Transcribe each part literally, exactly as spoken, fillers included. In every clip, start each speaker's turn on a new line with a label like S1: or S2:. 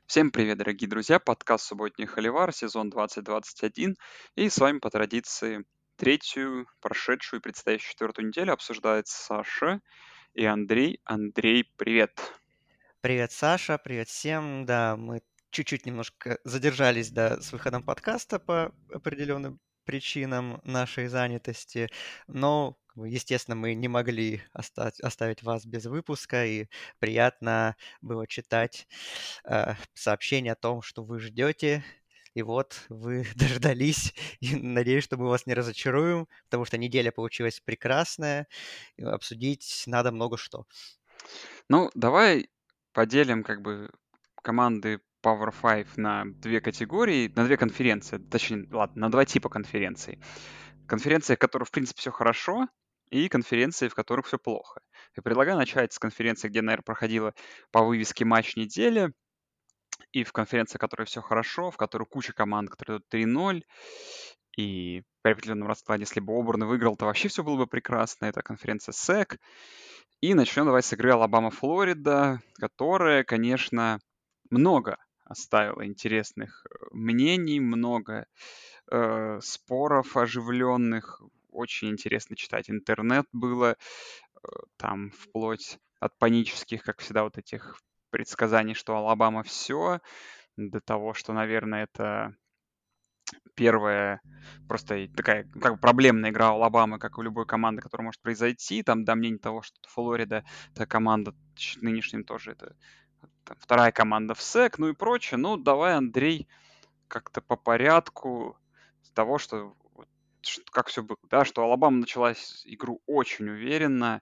S1: Всем привет, дорогие друзья! Подкаст «Субботний Холивар», сезон двадцать двадцать один. И с вами по традиции третью, прошедшую и предстоящую четвертую неделю обсуждает Саша и Андрей. Андрей, привет!
S2: Привет, Саша, привет всем. Да, мы чуть-чуть немножко задержались, да, с выходом подкаста по определенным причинам нашей занятости, но, как бы, естественно, мы не могли оста- оставить вас без выпуска, и приятно было читать э, сообщение о том, что вы ждете, и вот вы дождались, и надеюсь, что мы вас не разочаруем, потому что неделя получилась прекрасная, и обсудить надо много что.
S1: Ну, давай поделим как бы команды Power пять на две категории, на две конференции. Точнее, ладно, на два типа конференций. Конференции, в которых, в принципе, все хорошо, и конференции, в которых все плохо. Я предлагаю начать с конференции, где, наверное, проходила по вывеске матч недели, и в конференции, в которой все хорошо, в которой куча команд, которые идут три ноль, и при определенном раскладе, если бы Оберн выиграл, то вообще все было бы прекрасно. Это конференция сэк. И начнем давай с игры Алабама-Флорида, которая, конечно, много оставила интересных э, мнений, много э, споров оживленных. Очень интересно читать интернет было, э, там вплоть от панических, как всегда, вот этих предсказаний, что Алабама все, до того, что, наверное, это первая просто и такая, ну, как бы проблемная игра Алабамы, как у любой команды, которая может произойти. Там до мнения того, что Флорида, эта команда ч- нынешним тоже это там, вторая команда в сэк, ну и прочее. Ну, давай, Андрей, как-то по порядку с того, что, вот, ш- как все было, да, что Алабама начала с- игру очень уверенно,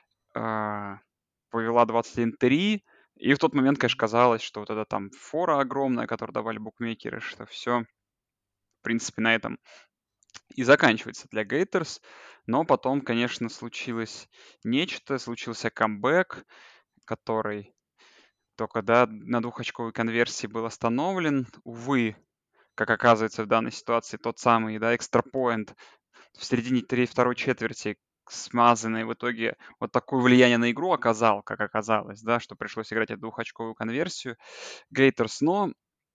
S1: а, повела двадцать один три, и в тот момент, конечно, казалось, что вот эта там фора огромная, которую давали букмекеры, что все, в принципе, на этом и заканчивается для Гейтерс. Но потом, конечно, случилось нечто, случился камбэк, который только, да, на двухочковой конверсии был остановлен. Увы, как оказывается в данной ситуации, тот самый, да, экстрапоинт в середине тре- второй четверти, смазанный в итоге вот такое влияние на игру оказал, как оказалось, да, что пришлось играть эту двухочковую конверсию Гейтерс. Но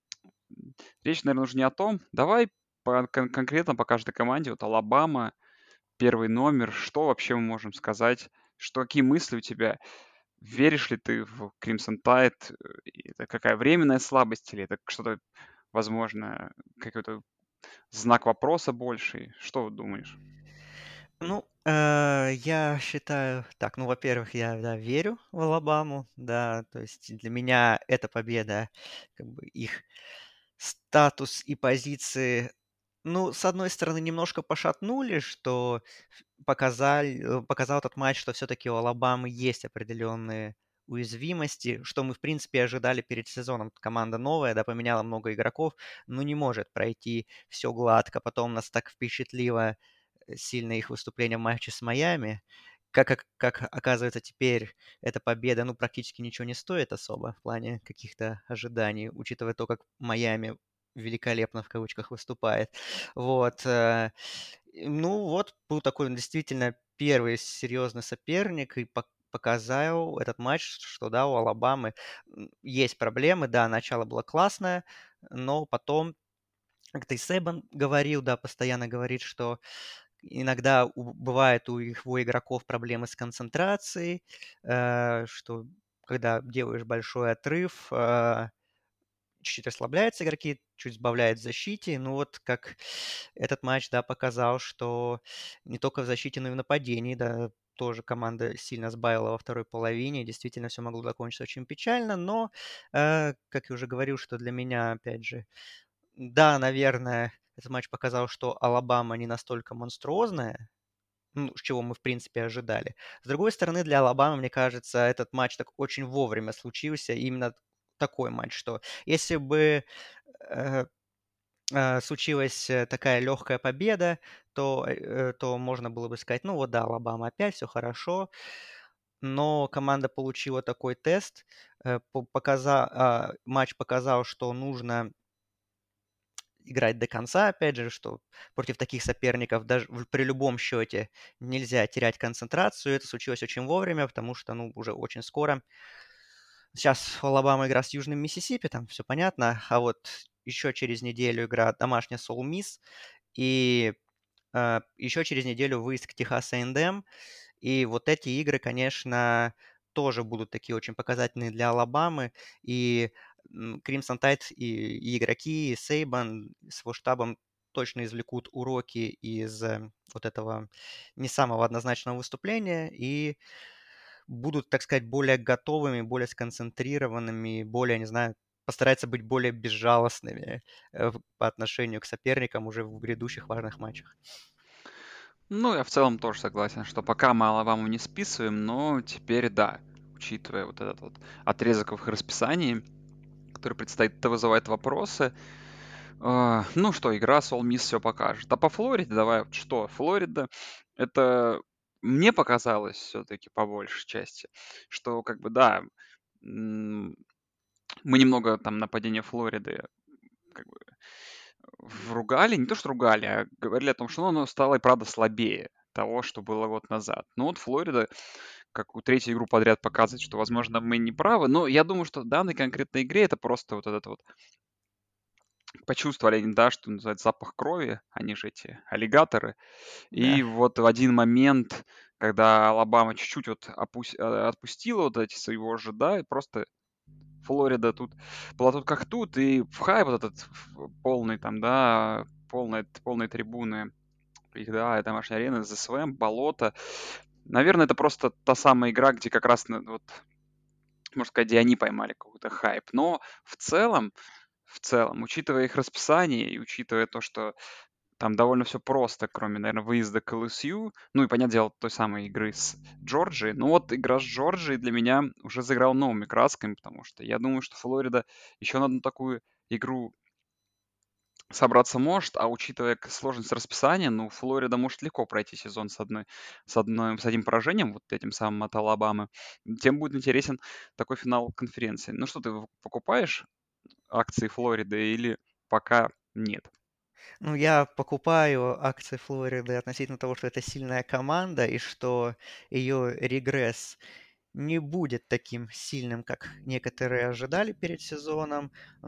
S1: речь, наверное, уже не о том. Давай по- кон- конкретно по каждой команде. Вот Алабама, первый номер. Что вообще мы можем сказать? Что, какие мысли у тебя? Веришь ли ты в Crimson Tide? Э, и Это какая временная слабость или это что-то, возможно, какой-то знак вопроса больший? Что вот думаешь?
S2: Ну, э, я считаю, так, ну, во-первых, я, да, верю в Алабаму, да, то есть для меня эта победа, как бы их статус и позиции, ну, с одной стороны, немножко пошатнули, что показали, э, показал этот матч, что все-таки у Алабамы есть определенные уязвимости, что мы, в принципе, ожидали перед сезоном. Команда новая, да, поменяла много игроков, но не может пройти все гладко. Потом нас так впечатлило э, сильно их выступление в матче с Майами. Как, как, как оказывается, теперь эта победа, ну, практически ничего не стоит особо в плане каких-то ожиданий, учитывая то, как Майами великолепно в кавычках выступает. Вот. э, и, Ну, вот был такой действительно первый серьезный соперник, и пок- показал этот матч, что да, у Алабамы м, есть проблемы, да, начало было классное, но потом, как-то и Сейбан говорил, да, постоянно говорит, что иногда у- бывает у его игроков проблемы с концентрацией, э, что когда делаешь большой отрыв, э, чуть-чуть расслабляются игроки, чуть сбавляют в защите. Ну вот как этот матч, да, показал, что не только в защите, но и в нападении, да, тоже команда сильно сбавила во второй половине. Действительно, все могло закончиться очень печально, но, э, как я уже говорил, что для меня, опять же, да, наверное, этот матч показал, что Алабама не настолько монструозная, ну, с чего мы, в принципе, ожидали. С другой стороны, для Алабамы, мне кажется, этот матч так очень вовремя случился. Именно такой матч, что если бы э, э, случилась э, такая легкая победа, то, э, то можно было бы сказать, ну вот да, Алабама опять, все хорошо. Но команда получила такой тест, э, по- показа- а, матч показал, что нужно играть до конца, опять же, что против таких соперников даже в- при любом счете нельзя терять концентрацию. Это случилось очень вовремя, потому что, ну, уже очень скоро Сейчас Алабама игра с Южным Миссисипи, там все понятно, а вот еще через неделю игра домашняя с Ole Miss, и э, еще через неделю выезд к Техас A and M. И вот эти игры, конечно, тоже будут такие очень показательные для Алабамы. И м, Crimson Tide и, и игроки, и Сейбан с его штабом точно извлекут уроки из э, вот этого не самого однозначного выступления и будут, так сказать, более готовыми, более сконцентрированными, более, не знаю, постараются быть более безжалостными э, в- по отношению к соперникам уже в грядущих важных матчах.
S1: Ну, я в целом тоже согласен, что пока мы Алабаму не списываем, но теперь да, учитывая вот этот вот отрезок в их расписании, который предстоит, это вызывает вопросы. А, ну что, игра с All Miss все покажет. А по Флориде давай, вот что, Флорида, это мне показалось все-таки по большей части, что как бы да, м, мы немного там нападение Флориды как бы вругали, не то что ругали, а говорили о том, что ну, оно стало и правда слабее того, что было год назад. Ну вот Флорида, как у третью игру подряд показывает, что, возможно, мы не правы, но я думаю, что в данной конкретной игре это просто вот этот вот почувствовали они, да, что называется запах крови, они же эти аллигаторы. И
S2: Да.
S1: вот в один момент, когда Алабама чуть-чуть вот опус- э, отпустила вот эти свои вожжи, да, и просто Флорида тут была тут как тут, и в хай вот этот в- полный там, да, полные, полные трибуны, их, да, и домашняя арена, зэ эс вэ эм, болото. Наверное, это просто та самая игра, где как раз, ну, вот, можно сказать, где они поймали какой-то хайп. Но в целом, в целом, учитывая их расписание и учитывая то, что там довольно все просто, кроме, наверное, выезда к эл эс ю, ну и, понятное дело, той самой игры с Джорджией. Ну вот игра с Джорджией для меня уже заиграла новыми красками, потому что я думаю, что Флорида еще на одну такую игру собраться может, а учитывая к сложность расписания, ну, Флорида может легко пройти сезон с одной с одной с одним поражением, вот этим самым от Алабамы. Тем будет интересен такой финал конференции. Ну что, ты в покупаешь акции Флориды или пока нет?
S2: Ну, я покупаю акции Флориды относительно того, что это сильная команда и что ее регресс не будет таким сильным, как некоторые ожидали перед сезоном,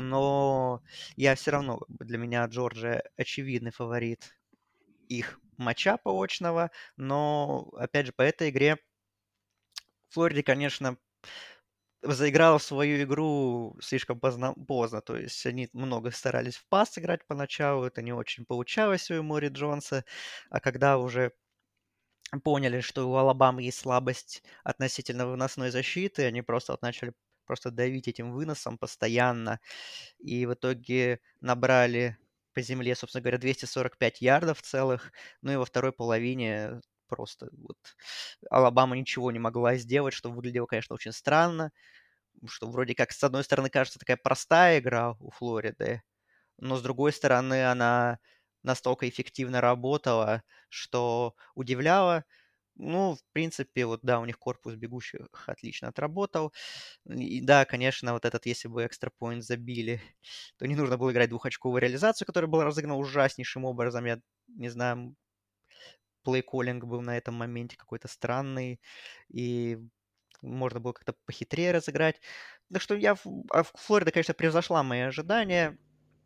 S2: но я все равно, как бы, для меня Джорджия очевидный фаворит их матчапа очного, но, опять же, по этой игре Флориде, конечно, заиграла в свою игру слишком поздно, поздно. То есть они много старались в пас играть поначалу, это не очень получалось у Мори Джонса, а когда уже поняли, что у Алабамы есть слабость относительно выносной защиты, они просто вот начали просто давить этим выносом постоянно, и в итоге набрали по земле, собственно говоря, двести сорок пять ярдов целых, ну и во второй половине просто вот Алабама ничего не могла сделать, что выглядело, конечно, очень странно, что вроде как, с одной стороны, кажется такая простая игра у Флориды, но с другой стороны, она настолько эффективно работала, что удивляло. Ну, в принципе, вот да, у них корпус бегущих отлично отработал. И да, конечно, вот этот, если бы экстра поинт забили, то не нужно было играть двухочковую реализацию, которая была разыграна ужаснейшим образом. Я не знаю, плей-коллинг был на этом моменте какой-то странный, и можно было как-то похитрее разыграть. Так что я... в- а Флорида, конечно, превзошла мои ожидания.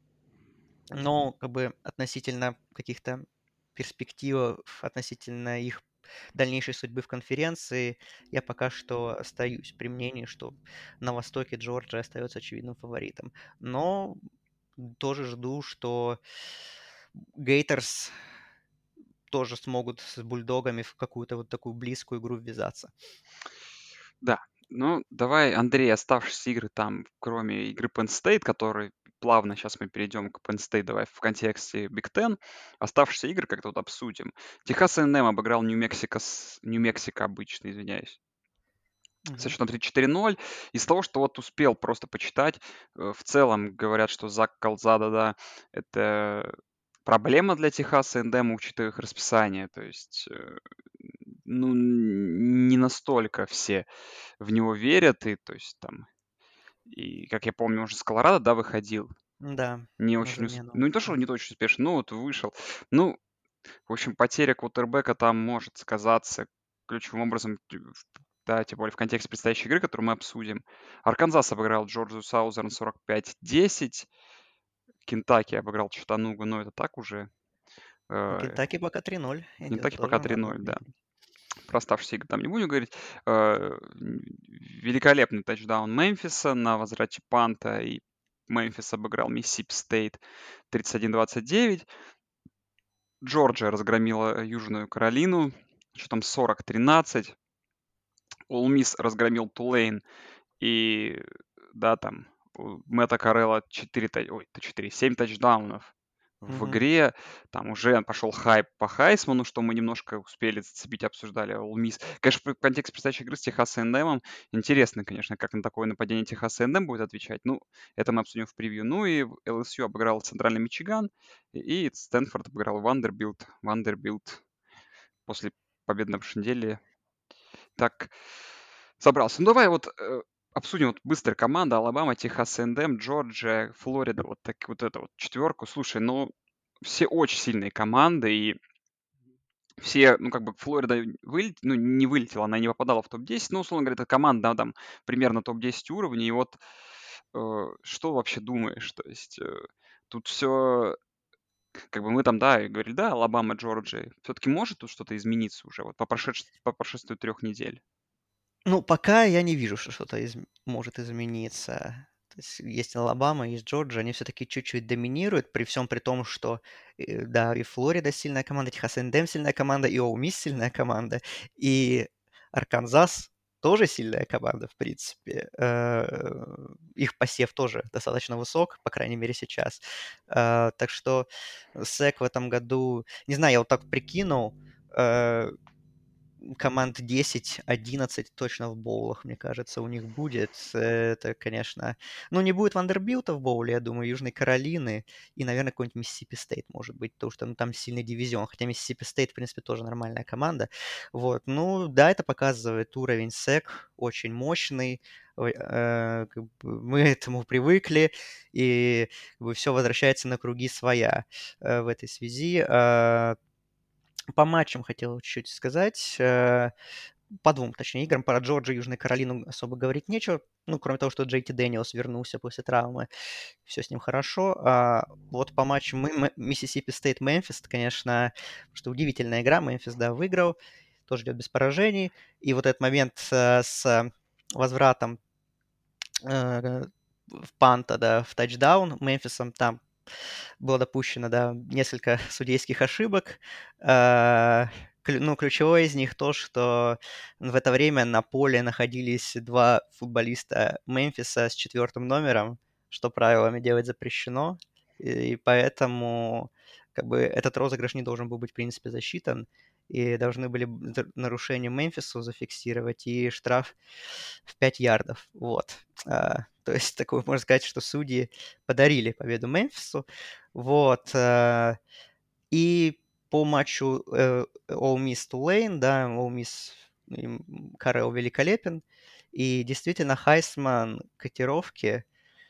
S2: Но как бы относительно каких-то перспектив, относительно их дальнейшей судьбы в конференции, я пока что остаюсь при мнении, что на Востоке Джорджия остается очевидным фаворитом. Но тоже жду, что Гейтерс тоже смогут с Бульдогами в какую-то вот такую близкую игру ввязаться.
S1: Да. Ну, давай, Андрей, оставшиеся игры там, кроме игры Penn State, который плавно сейчас мы перейдем к Penn State, давай в контексте Big Ten, оставшиеся игры как-то вот обсудим. Техас A and M обыграл Нью-Мексико, с... Нью-Мексико обычно, извиняюсь, со
S2: Мгм.
S1: счетом три четыре ноль. Из того, что вот успел просто почитать, э, в целом говорят, что Зак Калзада, да, это проблема для Техаса A and M, учитывая их расписание. То есть, э, ну, не настолько все в него верят, и то есть там, и как я помню, уже с Колорадо, да, выходил,
S2: Да,
S1: не
S2: на
S1: очень, ус-
S2: замену.
S1: ну не то, что не
S2: Мгм.
S1: очень успешно, ну вот вышел. Ну, в общем, потеря квотербека там может сказаться ключевым образом т- в да, тем более в контексте предстоящей игры, которую мы обсудим. Арканзас обыграл Джорджию Саузерн сорок пять десять. Кентаки обыграл Чаттанугу, но это так уже.
S2: Ну,
S1: Э,
S2: Кентаки пока три ноль идет,
S1: Кентаки пока
S2: тоже
S1: три
S2: надо
S1: ноль, да.
S2: отметить.
S1: Про оставшиеся игры там не будем говорить. Э, Великолепный тачдаун Мемфиса на возврате панта, и Мемфис обыграл Миссисипи Стейт тридцать один двадцать девять. Джорджия разгромила Южную Каролину, что там сорок тринадцать. Ол Мисс разгромил Тулейн, и да, там у Мэтта Карелла четыре, та- ой, это четыре, семь тачдаунов в
S2: Мгм.
S1: игре. Там уже пошел хайп по Хайсману, что мы немножко успели зацепить, обсуждали Ол Мисс. Конечно, в контексте предстоящей игры с Техас A and M интересно, конечно, как на такое нападение Техас A and M будет отвечать. Ну, это мы обсудим в превью. Ну и Л С Ю обыграл Центральный Мичиган, и Стэнфорд обыграл Вандербилт. Вандербилт после победы на прошлой неделе так собрался. Ну, давай вот э, обсудим вот быстро команда Алабама, Техас A and M, Джорджия, Флорида, вот так вот эту вот четверку. Слушай, ну, все очень сильные команды, и все, ну, как бы Флорида вылет, ну, не вылетела, она не попадала в топ десять, ну, условно говоря, это команда, да, там, примерно топ десять уровней, и вот э, что вообще думаешь? То есть э, тут все, как бы мы там, да, и говорили, да, Алабама, Джорджия, все-таки может тут что-то измениться уже вот по, прошедш... по прошествию трех недель?
S2: Ну, пока я не вижу, что что-то изм- может измениться. То есть есть Алабама, есть Джорджия, они все-таки чуть-чуть доминируют, при всем при том, что, э, да, и Флорида сильная команда, Техас A and M сильная команда, и Оу Мисс сильная команда, и Арканзас тоже сильная команда, в принципе. Э, Их посев тоже достаточно высок, по крайней мере, сейчас. Э, Так что СЭК в этом году, не знаю, я вот так прикинул, э, команд десять одиннадцать точно в боулах, мне кажется, у них будет. Это, конечно... Ну, не будет Вандербилта в боуле, я думаю, Южной Каролины и, наверное, какой-нибудь Миссисипи Стейт, может быть, потому что ну, там сильный дивизион. Хотя Миссисипи Стейт, в принципе, тоже нормальная команда. Вот. Ну, да, это показывает уровень СЭК, очень мощный. Ой, э, как бы мы к этому привыкли, и как бы, все возвращается на круги своя э, в этой связи. Э, по матчам хотел чуть-чуть сказать. Э, по двум, точнее, играм. Про Джорджию и Южную Каролину особо говорить нечего. Ну, кроме того, что Джей Ти Дэниелс вернулся после травмы. Все с ним хорошо. А вот по матчу Миссисипи Стейт Мемфис, конечно, что удивительная игра. Мемфис, да, выиграл. Тоже идет без поражений. И вот этот момент э, с возвратом э, в панта, да, в тачдаун Мемфисом, там было допущено, да, несколько судейских ошибок. А, клю- Ну, ключевое из них то, что в это время на поле находились два футболиста Мемфиса с четвертым номером, что правилами делать запрещено, и поэтому как бы этот розыгрыш не должен был быть, в принципе, засчитан, и должны были б- за- нарушение Мемфису зафиксировать и штраф в пять ярдов. Вот. А, то есть такое можно сказать, что судьи подарили победу Мемфису. Вот. э, И по матчу э, Ole Miss Tulane, да, Ole Miss м, Карел великолепен. И действительно, Хайсман котировки,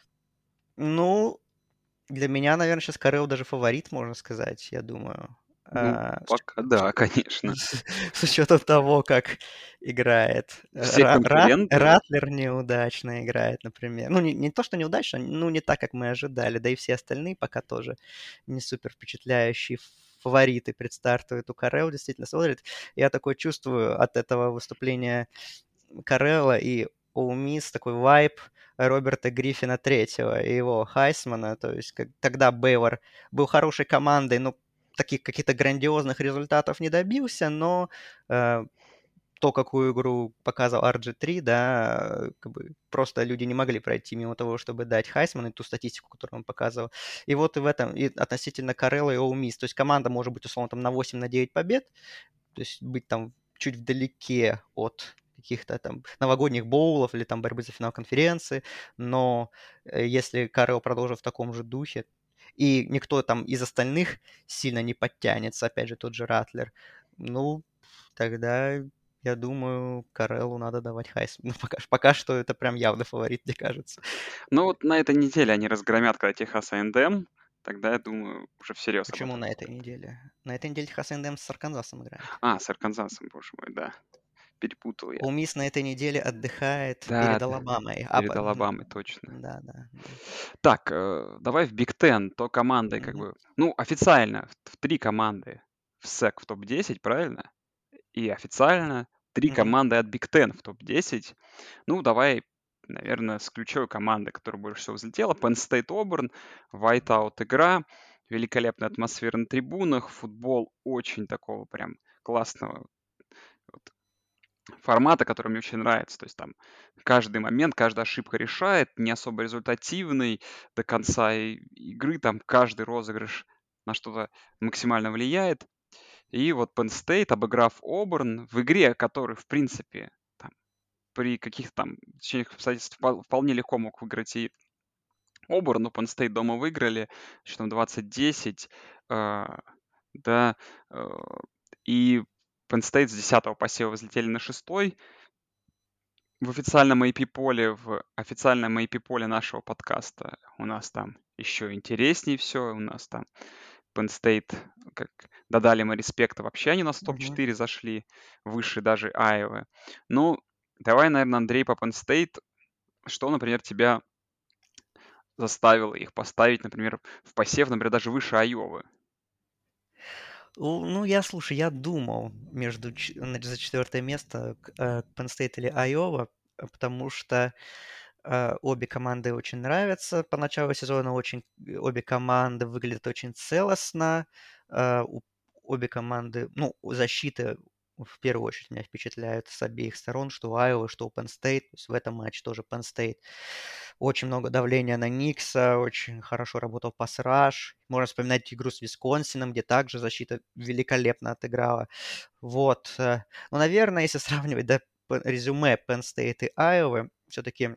S2: ну, для меня, наверное, сейчас Карел даже фаворит, можно сказать, я думаю.
S1: Ну,
S2: А, С
S1: пока да, конечно.
S2: с учетом того, как играет
S1: Все
S2: Ра- Рат-
S1: конкуренты,
S2: Ратлер неудачно играет, например. Ну, не, не то, что неудачно, ну, не так, как мы ожидали. Да и все остальные пока тоже не супер впечатляющие фавориты предстартуют у Карел, действительно смотрит. Я такое чувствую от этого выступления Карелла и Ole Miss, такой вайб Роберта Гриффина третьего и его Хайсмана. То есть как, тогда Бейвор был хорошей командой, но таких каких-то грандиозных результатов не добился, но э, то, какую игру показывал ар джи три, да, э, как бы просто люди не могли пройти мимо того, чтобы дать Хайсману ту статистику, которую он показывал. И вот и в этом, и относительно Карелла и Ole Miss. То есть команда может быть, условно, там на восемь на девять побед, то есть быть там чуть вдалеке от каких-то там новогодних боулов или там борьбы за финал конференции, но э, если Карел продолжит в таком же духе, и никто там из остальных сильно не подтянется, опять же, тот же Ратлер, ну, тогда, я думаю, Карелу надо давать Хайс. Ну, пока, пока что это прям явно фаворит, мне кажется.
S1: но вот на этой неделе они разгромят, когда Техас A and M, тогда, я думаю, уже всерьез об
S2: Почему
S1: этом
S2: на этой
S1: говорят.
S2: неделе? На этой неделе Техас A and M с Арканзасом играет.
S1: А, с Арканзасом, боже мой, да. перепутал я.
S2: Ole Miss на этой неделе отдыхает перед
S1: Да, да,
S2: Алабамой. А
S1: перед
S2: по м,
S1: Алабамой, точно.
S2: да, да, да.
S1: Так, э, давай в Big Ten, то командой как
S2: Мгм,
S1: бы, ну, официально в три команды в сэк в топ десять, правильно? И официально три
S2: мгм.
S1: команды от Big Ten в топ десять. Ну, давай, наверное, с ключевой командой, которая больше всего взлетела. Penn State Auburn, whiteout игра, великолепная атмосфера на трибунах, футбол очень такого прям классного вот формата, который мне очень нравится. То есть там каждый момент, каждая ошибка решает, не особо результативный до конца и- игры, там каждый розыгрыш на что-то максимально влияет. И вот Penn State, обыграв Оберн в игре, который, в принципе, там, при каких-то там течениях обстоятельств впол- вполне легко мог выиграть и Оберн, но Penn State дома выиграли, счетом двадцать десять, а, да, э, и Penn State с десятого посева взлетели на шестой. В официальном эй пи-поле, в официальном эй пи-поле нашего подкаста у нас там еще интереснее все. У нас там Penn State, как додали мы респекта, вообще они у нас в
S2: Мгм.
S1: топ четыре зашли, выше даже Айовы. Ну, давай, наверное, Андрей, по Penn State. Что, например, тебя заставило их поставить, например, в посев, например, даже выше Айовы?
S2: У ну, я, слушай, я думал между ч на за четвертое место к э, Penn State или Айова, э, потому что, э, обе команды очень нравятся. По началу сезона очень э, обе команды выглядят очень целостно. Э, у Обе команды, ну, у защиты в первую очередь меня впечатляют с обеих сторон, что у Айовы, что у Penn State. То есть в этом матче тоже Penn State. Очень много давления на Никса, очень хорошо работал пас-раш. Можно вспоминать игру с Висконсином, где также защита великолепно отыграла. Вот. э, Но, наверное, если сравнивать, да, п- резюме Penn State и Айовы, все-таки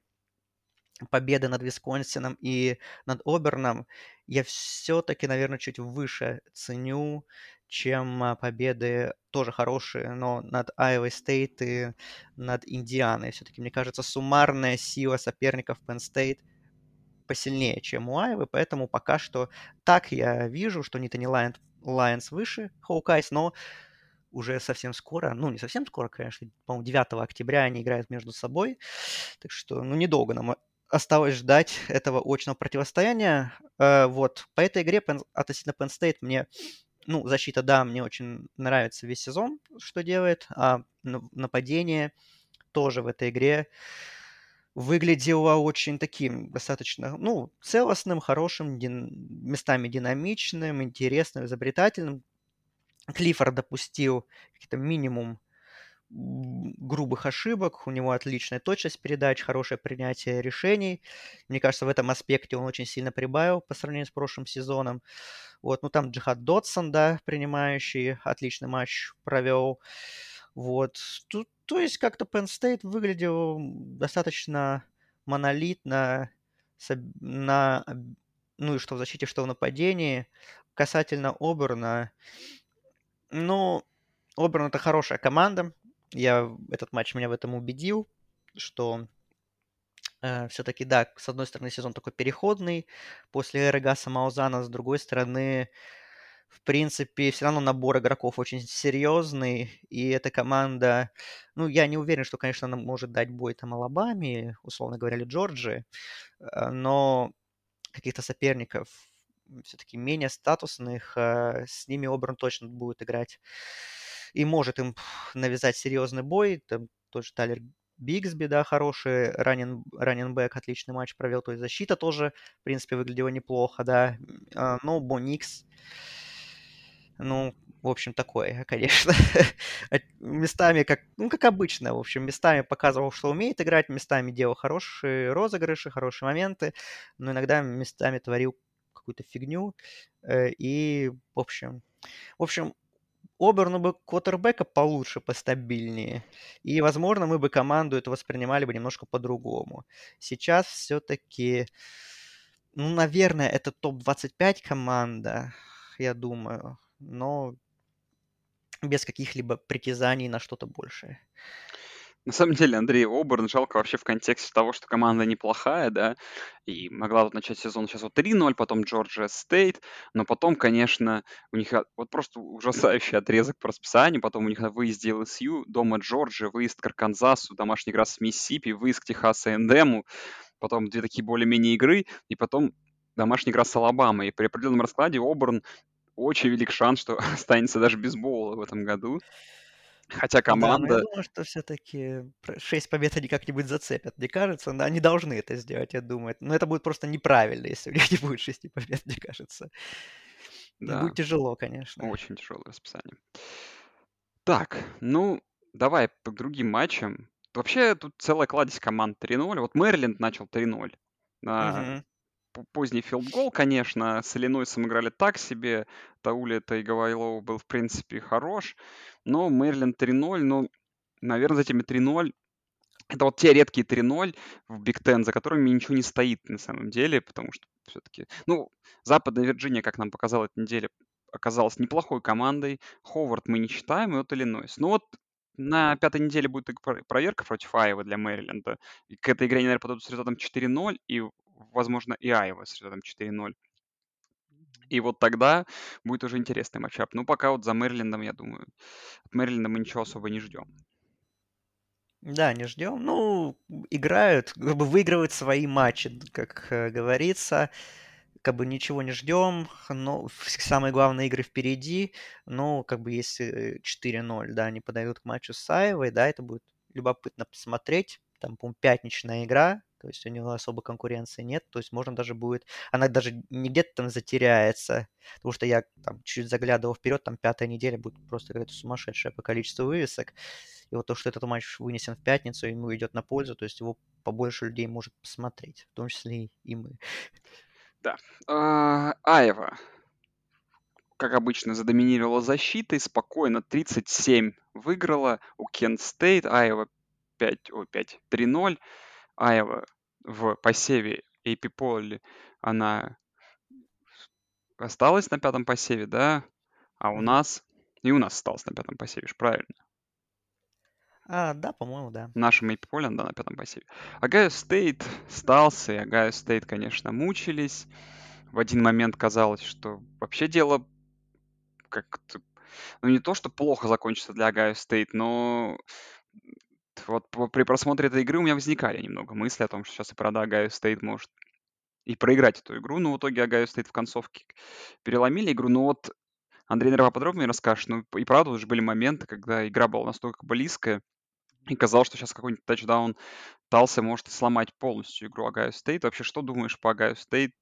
S2: победы над Висконсином и над Оберном я все-таки, наверное, чуть выше ценю, чем а, победы тоже хорошие, но над Iowa State и над Индианой. Все-таки, мне кажется, суммарная сила соперников Penn State посильнее, чем у Айвы, поэтому пока что так я вижу, что Nittany Lions, Lions выше Hawkeyes, но уже совсем скоро, ну, не совсем скоро, конечно, по-моему, девятого октября они играют между собой, так что, ну, недолго нам осталось ждать этого очного противостояния. Э, вот, по этой игре Penn- относительно Penn State мне, ну, защита, да, мне очень нравится весь сезон, что делает, а н- нападение тоже в этой игре выглядело очень таким достаточно, ну, целостным, хорошим, дин- местами динамичным, интересным, изобретательным. Клиффорд допустил какие-то минимум м, грубых ошибок, у него отличная точность передач, хорошее принятие решений. Мне кажется, в этом аспекте он очень сильно прибавил по сравнению с прошлым сезоном. Вот, ну там Джихад Дотсон, да, принимающий, отличный матч провел. Вот, тут, то есть как-то Penn State выглядел достаточно монолитно, с об- на, об- ну и что в защите, что в нападении. Касательно Оберна, ну, Оберн это хорошая команда. Я, этот матч меня в этом убедил, что все-таки, да, с одной стороны, сезон такой переходный после эры Гаса Маузана, с другой стороны, в принципе, все равно набор игроков очень серьезный, и эта команда, ну, я не уверен, что, конечно, она может дать бой там Алабаме, условно говоря, или Джорджии, э, но каких-то соперников все-таки менее статусных, э, с ними Оберн точно будет играть и может им навязать серьезный бой. Там тоже Тайлер Бигсби, да, хороший ранен, раненбэк, отличный матч провел. То есть защита тоже, в принципе, выглядела неплохо, да. А, Но Бо Никс, ну, в общем, такое, конечно. От- Местами, как, ну, как обычно, в общем, местами показывал, что умеет играть, местами делал хорошие розыгрыши, хорошие моменты, но иногда местами творил какую-то фигню. Э, И, в общем, в общем, Оберну бы квотербека получше, постабильнее, и, возможно, мы бы команду эту воспринимали бы немножко по-другому. Сейчас все-таки, ну, наверное, это топ двадцать пять команда, я думаю, но без каких-либо притязаний на что-то большее.
S1: На самом деле, Андрей Оберн жалко вообще в контексте того, что команда неплохая, да, и могла вот начать сезон сейчас вот три ноль, потом Джорджия Стейт, но потом, конечно, у них а, вот просто ужасающий отрезок по расписанию, потом у них на выезде эл эс ю, дома Джорджия, выезд к Арканзасу, домашняя игра с Миссисипи, выезд к Техасу A and M, потом две такие более-менее игры, и потом домашняя игра с Алабамой. И при определенном раскладе Оберн очень велик шанс, что останется даже без боула в этом году. Хотя
S2: Да, но я
S1: команда,
S2: думаю, что все-таки шесть побед они как-нибудь зацепят, мне кажется. Да, они должны это сделать, я думаю. Но это будет просто неправильно, если у них не будет шести побед, мне кажется. Им
S1: да,
S2: будет тяжело, конечно.
S1: очень тяжелое расписание. Так, ну, давай к другим матчам. Вообще, тут целая кладезь команд три ноль. Вот Мэриленд начал три ноль. А,
S2: Мгм.
S1: п- поздний филдгол, конечно, с Иллинойсом играли так себе. Таули Тайговайлоу был, в принципе, хорош. Но Мэриленд три ноль, ну, наверное, за этими три ноль это вот те редкие три ноль в Биг Ten, за которыми ничего не стоит на самом деле, потому что все-таки, ну, Западная Вирджиния, как нам показала эта неделя, оказалась неплохой командой. Ховард мы не считаем, и вот Иллинойс. Ну вот на пятой неделе будет и про- проверка против Айвы для Мэриленда. И к этой игре они, наверное, подойдут с результатом четыре ноль, и, возможно, и Айва с результатом четыре ноль. И вот тогда будет уже интересный матчап. Ну, пока вот за Мэрилендом, я думаю, от Мэриленда мы ничего особо не ждем.
S2: Да, не ждем. Ну, играют, как бы выигрывают свои матчи, д- как э, говорится. Как бы ничего не ждем, но в- самые главные игры впереди. Ну, как бы если четыре ноль, да, они подойдут к матчу с Аевой, да, это будет любопытно посмотреть. Там, по-моему, пятничная игра, то есть у него особо конкуренции нет, то есть можно даже будет, она даже не где-то там затеряется, потому что я там чуть заглядывал вперед, там пятая неделя будет просто какое-то сумасшедшее по количеству вывесок, и вот то, что этот матч вынесен в пятницу, ему идет на пользу, то есть его побольше людей может посмотреть, в том числе и мы.
S1: Да. А, Айва, как обычно, задоминировала защитой, спокойно тридцать семь выиграла у Кент Стейт, Айова пять, о, пять, три ноль. Айова в посеве Эйпи Полли, она осталась на пятом посеве, да? А у
S2: Мгм.
S1: нас... И у нас осталось на пятом посеве, ж правильно.
S2: А, да, по-моему, да.
S1: Нашим Эйпи Полли, да, на пятом посеве. Агайо Стейт стался, и Агайо Стейт, конечно, мучились. В один момент казалось, что вообще дело как-то, ну, не то, что плохо закончится для Агайо Стейт, но вот по- при просмотре этой игры у меня возникали немного мысли о том, что сейчас и правда Агайо Стейт может и проиграть эту игру. Но в итоге Агайо Стейт в концовке переломили игру. Но вот Андрей, наверное, поподробнее расскажешь. Ну и правда уже были моменты, когда игра была настолько близкая, и казалось, что сейчас какой-нибудь тачдаун Талса может сломать полностью игру Агайо Стейт. Вообще, что думаешь по Агайо Стейт?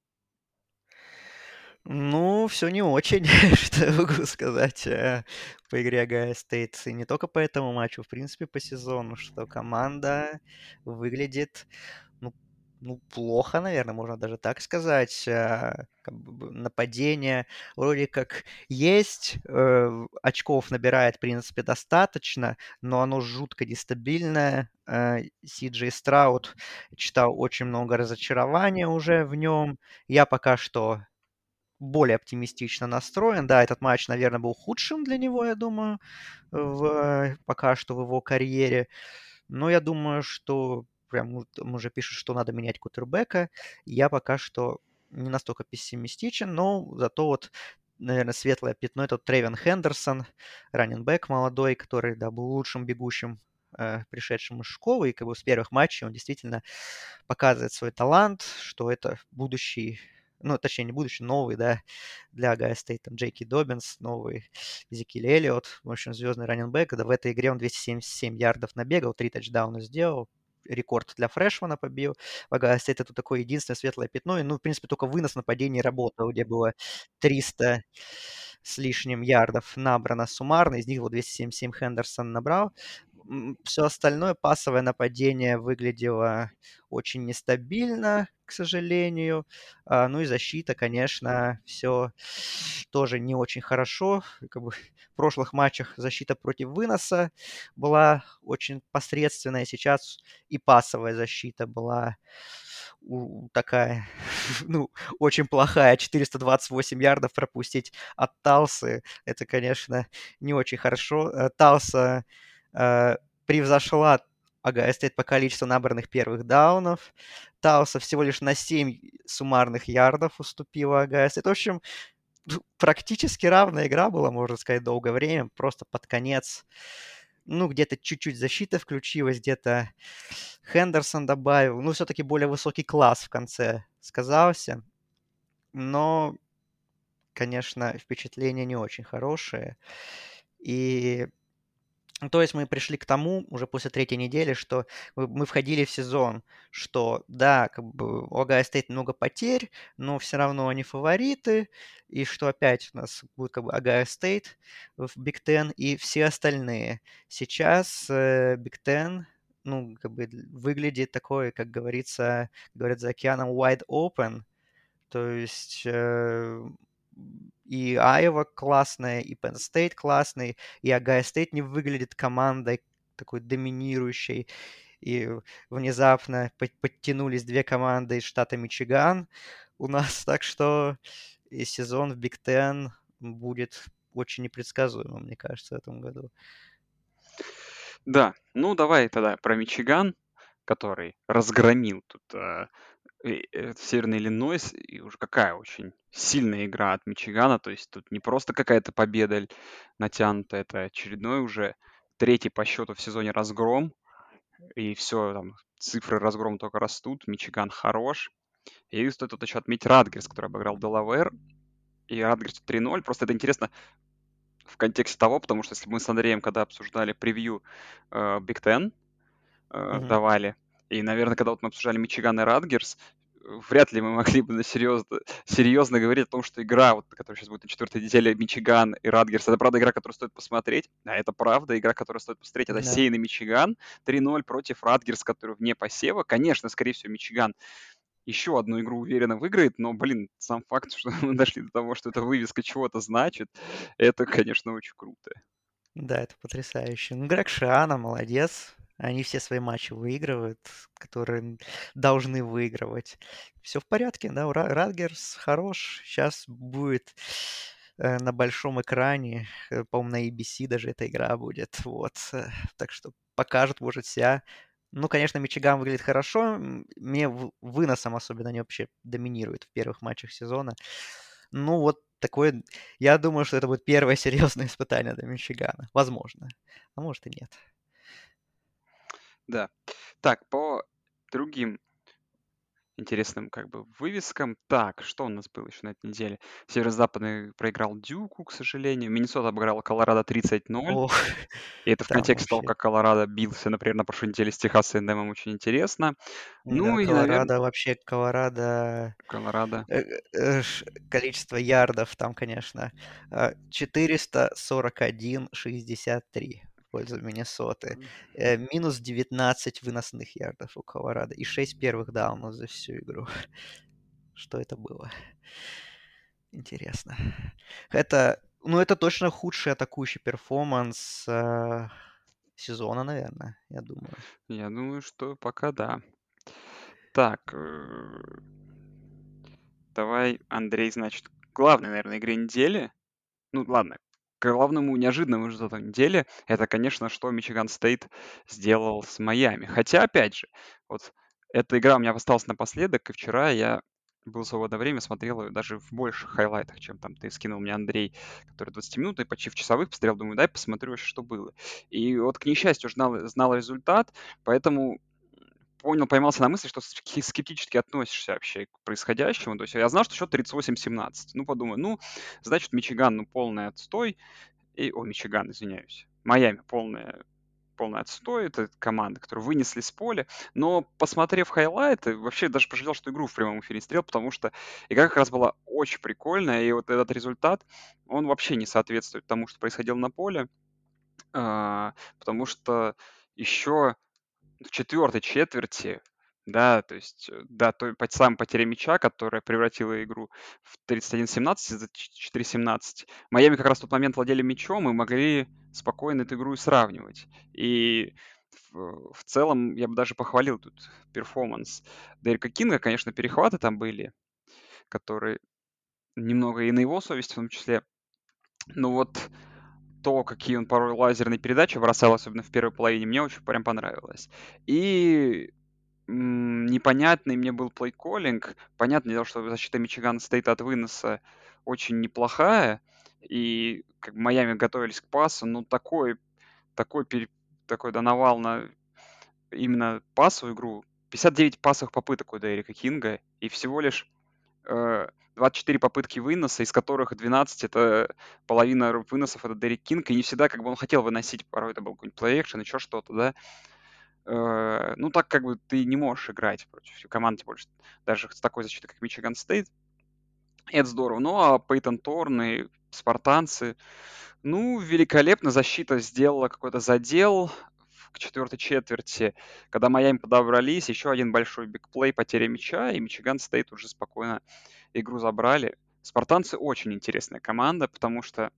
S2: Ну, все не очень, что я могу сказать э, по игре Агайо Стейт. И не только по этому матчу, в принципе, по сезону, что команда выглядит, ну, ну плохо, наверное, можно даже так сказать. А, как бы нападение вроде как есть, э, очков набирает, в принципе, достаточно, но оно жутко нестабильное. Э, Си Джей Страут читал очень много разочарования уже в нем. Я пока что более оптимистично настроен. Да, этот матч, наверное, был худшим для него, я думаю, в, пока что в его карьере. Но я думаю, что прям вот он уже пишет, что надо менять кутербека. Я пока что не настолько пессимистичен, но зато вот, наверное, светлое пятно — это вот Тревен Хендерсон, раненбэк молодой, который, да, был лучшим бегущим э, пришедшим из школы, и как бы с первых матчей он действительно показывает свой талант, что это будущий, ну, точнее, не будущий, новый, да, для Гая Стейт, там, Джейки Доббинс, новый Зекиль Эллиот, в общем, звездный раненбэк. Да, в этой игре он двести семьдесят семь ярдов набегал, три тачдауна сделал, рекорд для фрешмана побил. В Агайо Стейт это такое единственное светлое пятно. И, ну, в принципе, только вынос нападений работал, где было триста с лишним ярдов набрано суммарно. Из них вот двести семьдесят семь Хендерсон набрал. Все остальное пасовое нападение выглядело очень нестабильно, к сожалению. А, ну и защита, конечно, все тоже не очень хорошо. Как бы в прошлых матчах защита против выноса была очень посредственная. Сейчас и пасовая защита была у- такая, ну, очень плохая. четыреста двадцать восемь ярдов пропустить от Талсы. Это, конечно, не очень хорошо. Э, Талса э, превзошла Огайо Стейт по количеству набранных первых даунов. Тауса всего лишь на семь суммарных ярдов уступила Огайо Стейт. В общем, ну, практически равная игра была, можно сказать, долгое время. Просто под конец, ну, где-то чуть-чуть защита включилась, где-то Хендерсон добавил. Ну, все-таки более высокий класс в конце сказался. Но, конечно, впечатления не очень хорошие. И ну, то есть мы пришли к тому уже после третьей недели, что мы мы входили в сезон, что да, как бы у Огайо Стейт много потерь, но все равно они фавориты, и что опять у нас будет как бы Огайо Стейт в Биг Ten и все остальные. Сейчас э, Биг Ten, ну, как бы выглядит такой, как говорится, говорят за океаном, wide open, то есть э, и Айова классная, и Penn State классный, и Огайо Стейт не выглядит командой такой доминирующей. И внезапно под- подтянулись две команды из штата Мичиган у нас. Так что и сезон в Биг Ten будет очень непредсказуемым, мне кажется, в этом году.
S1: Да, ну давай тогда про Мичиган, который разгромил тут а, э, э, Северный Иллинойс, и уже какая очень сильная игра от Мичигана, то есть тут не просто какая-то победа натянутая, это очередной уже третий по счету в сезоне разгром, и все, там цифры разгрома только растут, Мичиган хорош. И стоит тут еще отметить Радгерс, который обыграл Делавэр, и Радгерс три ноль. Просто это интересно в контексте того, потому что если мы с Андреем, когда обсуждали превью э, Big Ten, э,
S2: Мгм.
S1: давали, и, наверное, когда вот мы обсуждали Мичиган и Радгерс, э, вряд ли мы могли бы на серьезно, серьезно говорить о том, что игра, вот, которая сейчас будет на четвертой неделе, Мичиган и Радгерс, это правда игра, которую стоит посмотреть. А это правда игра, которую стоит посмотреть. Это
S2: Да.
S1: сейный Мичиган три ноль против Радгерс, который вне посева. Конечно, скорее всего, Мичиган еще одну игру уверенно выиграет, но, блин, сам факт, что мы дошли до того, что эта вывеска чего-то значит, это, конечно, очень круто.
S2: Да, это потрясающе. Ну, Грег Шиана молодец. Они все свои матчи выигрывают, которые должны выигрывать. Все в порядке, да, у Ра- Радгерс хорош. Сейчас будет э, на большом экране, э, по-моему, на A B C даже эта игра будет. Вот. э, Так что покажет, может, себя. Ну, конечно, Мичиган выглядит хорошо. М, Мне в- выносом особенно они вообще доминируют в первых матчах сезона. Ну, вот такое я думаю, что это будет первое серьезное испытание для Мичигана. Возможно. А может и нет.
S1: Да. Так, по другим интересным как бы вывескам. Так, что у нас было еще на этой неделе? Северо-западный проиграл Дюку, к сожалению. Миннесота обыграла Колорадо тридцать ноль.
S2: Ох,
S1: И это в
S2: там
S1: контексте того,
S2: вообще.
S1: как Колорадо бился, например, на прошлой неделе с Техас A&M, очень интересно.
S2: Да,
S1: Ну и, наверное,
S2: Колорадо, вообще Колорадо,
S1: Колорадо.
S2: э, э, ш- количество ярдов там, конечно, э, четыреста сорок один шестьдесят три в пользу Миннесоты. Э, Минус девятнадцать выносных ярдов у Колорадо и шесть первых даунов за всю игру. Что это было? Интересно. Это, ну, это точно худший атакующий перформанс э, сезона, наверное, я думаю.
S1: Я думаю, что пока да. Так, э, давай, Андрей, значит, главной, наверное, игре недели. Ну ладно, к главному неожиданному результату недели это, конечно, что Мичиган Стейт сделал с Майами. Хотя, опять же, вот эта игра у меня осталась напоследок, и вчера я было свободное время, смотрел ее даже в больших хайлайтах, чем там ты скинул мне, Андрей, который двадцатиминутный, почти в часовых посмотрел, думаю, дай посмотрю вообще, что было. И вот, к несчастью, знал, знал результат, поэтому понял, поймался на мысли, что ски- скептически относишься вообще к происходящему. То есть я знал, что счет тридцать восемь семнадцать. Ну, подумай, ну, значит, Мичиган, ну, полный отстой. И, о, Мичиган, извиняюсь. Майами полная, полный отстой. Это команда, которую вынесли с поля. Но, посмотрев хайлайты, вообще даже пожалел, что игру в прямом эфире смотрел, потому что игра как раз была очень прикольная. И вот этот результат, он вообще не соответствует тому, что происходило на поле. А, потому что еще в четвертой четверти, да, то есть, э, да, той пот самой потеря мяча, которая превратила игру в тридцать один семнадцать из-за ч четыре семнадцать. Майами как раз в тот момент владели мячом и могли спокойно эту игру и сравнивать. И в в целом я бы даже похвалил тут перформанс Дерека Кинга. Конечно, перехваты там были, которые немного и на его совесть в том числе. Но вот то, какие он порой лазерные передачи бросал, особенно в первой половине, мне очень прям понравилось. И м, непонятный мне был плей-коллинг. Понятное дело, что защита Мичигана Стейт от выноса очень неплохая. И как бы Майами готовились к пасу, ну такой, такой, пере- такой да, навал на именно пасовую игру. пятьдесят девять пасовых попыток у Дерека Кинга и всего лишь э, двадцать четыре попытки выноса, из которых двенадцать это половина ру- выносов это Дерек Кинг, и не всегда как бы он хотел выносить, порой это был какой-нибудь плей-экшен, еще что-то, да. Э, ну, так как бы ты не можешь играть против команд, тем больше даже с такой защитой, как Мичиган Стейт. Это здорово. Ну, а Пейтон Торн и спартанцы, ну, великолепно защита сделала какой-то задел в четвертой четверти, когда Майами подобрались, еще один большой бигплей, потеря мяча, и Мичиган Стейт уже спокойно игру забрали. Спартанцы очень интересная команда, потому что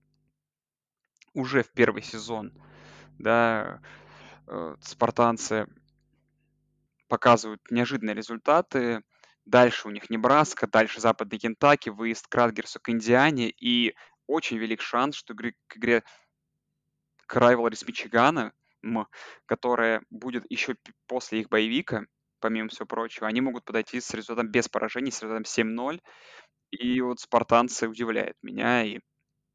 S1: уже в первый сезон, да, э, спартанцы показывают неожиданные результаты. Дальше у них Небраска, дальше Западный Кентаки, выезд к Радгерсу, к Индиане, и очень велик шанс, что игры- к игре к Райволри с Мичигана, м, которая будет еще п- после их боевика, помимо всего прочего, они могут подойти с результатом без поражений, с результатом семь ноль. И вот спартанцы удивляют меня, и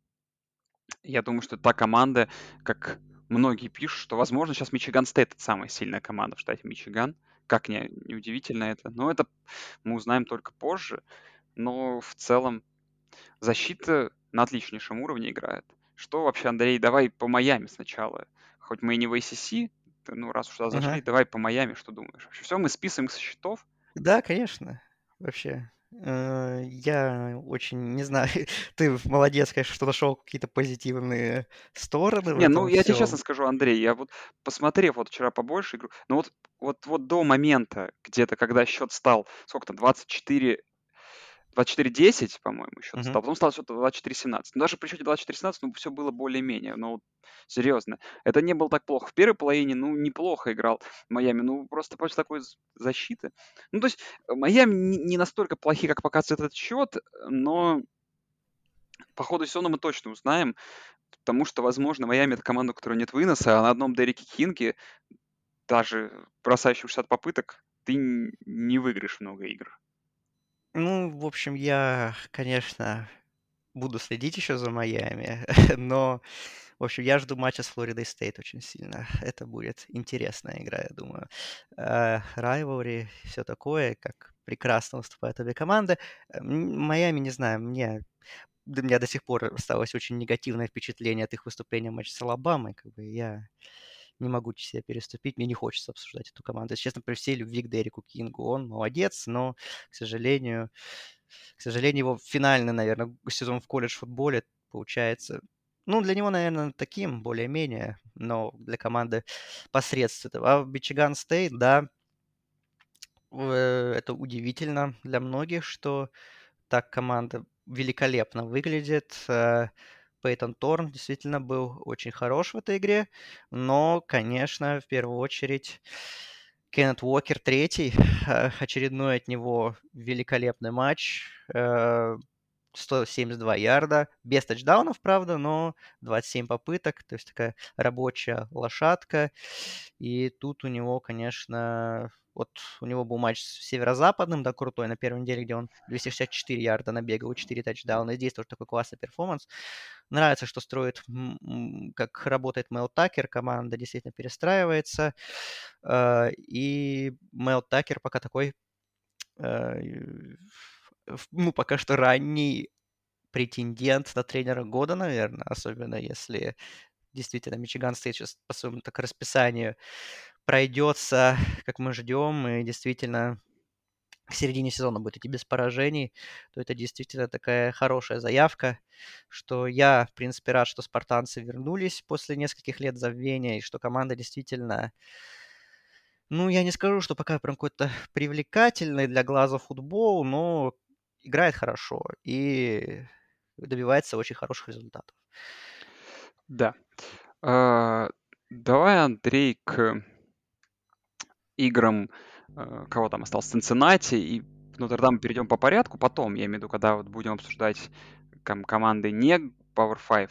S1: я думаю, что та команда, как многие пишут, что, возможно, сейчас Мичиган Стейт — это самая сильная команда в штате Мичиган. Как не, неудивительно это. Но это мы узнаем только позже. Но в целом защита на отличнейшем уровне играет. Что вообще, Андрей, давай по Майами сначала. Хоть мы и не в A C C, т- ну, раз уж туда зашли,
S2: Ага.
S1: давай по Майами, что думаешь? Вообще все, мы списываем их со счетов.
S2: Да, конечно. Вообще. Э, Я очень не знаю, ты молодец, конечно, что нашел какие-то позитивные стороны в
S1: Не, ну
S2: этом
S1: я тебе честно
S2: всем.
S1: скажу, Андрей, я вот посмотрев вот вчера побольше игру, ну вот, вот, вот до момента, где-то, когда счет стал, сколько там, двадцать четыре, двадцать четыре десять, по-моему, счет
S2: Мгм.
S1: стал, потом стал счет двадцать четыре семнадцать. Ну, даже при счете двадцать четыре семнадцать, ну, все было более-менее, ну, вот серьезно. Это не было так плохо. В первой половине, ну, неплохо играл Майами, ну, просто против такой з- защиты. Ну, то есть э, Майами не не настолько плохи, как показывает этот счет, но по ходу сезона мы точно узнаем, потому что, возможно, Майами — это команда, у которой нет выноса, а на одном Дереке Кинге, даже бросающим шестьдесят попыток, ты н- не выиграешь много игр.
S2: Ну, в общем, я, конечно, буду следить еще за Майами, но, в общем, я жду матча с Флоридой Стейт очень сильно. Это будет интересная игра, я думаю. Райвори, все такое, как прекрасно выступают обе команды. Э, м, Майами, не знаю, мне у меня до сих пор осталось очень негативное впечатление от их выступления в матче с Алабамой. Как бы я не могу себя переступить, мне не хочется обсуждать эту команду. Если честно, при всей любви к Дереку Кингу, он молодец, но, к сожалению, к сожалению, его финальный, наверное, сезон в колледж-футболе получается, ну, для него, наверное, таким, более-менее, но для команды посредственным. А в Мичиган Стейт, да, э, это удивительно для многих, что так команда великолепно выглядит. Э, Пейтон Торн действительно был очень хорош в этой игре, но, конечно, в первую очередь Кеннет Уокер третий, э, очередной от него великолепный матч, э, сто семьдесят два ярда, без тачдаунов, правда, но двадцать семь попыток, то есть такая рабочая лошадка. И тут у него, конечно, вот у него был матч с Северо-Западным, да, крутой, на первой неделе, где он двести шестьдесят четыре ярда набегал и четыре тачдауна. И здесь тоже такой классный перформанс. Нравится, что строит, м, м, как работает Мел Такер, команда действительно перестраивается. Э, И Мел Такер пока такой, э, в- ну, пока что ранний претендент на тренера года, наверное, особенно если действительно Мичиган Стейт сейчас по своему так расписанию пройдется, как мы ждем, и действительно к середине сезона будет идти без поражений, то это действительно такая хорошая заявка, что я, в принципе, рад, что спартанцы вернулись после нескольких лет забвения, и что команда действительно, ну, я не скажу, что пока прям какой-то привлекательный для глаза футбол, но играет хорошо и добивается очень хороших результатов.
S1: Да. А, давай, Андрей, к играм, э, кого там остался, Цинциннати и Нотр-Дам перейдем по порядку. Потом, я имею в виду, когда вот будем обсуждать ком- команды не Power пять,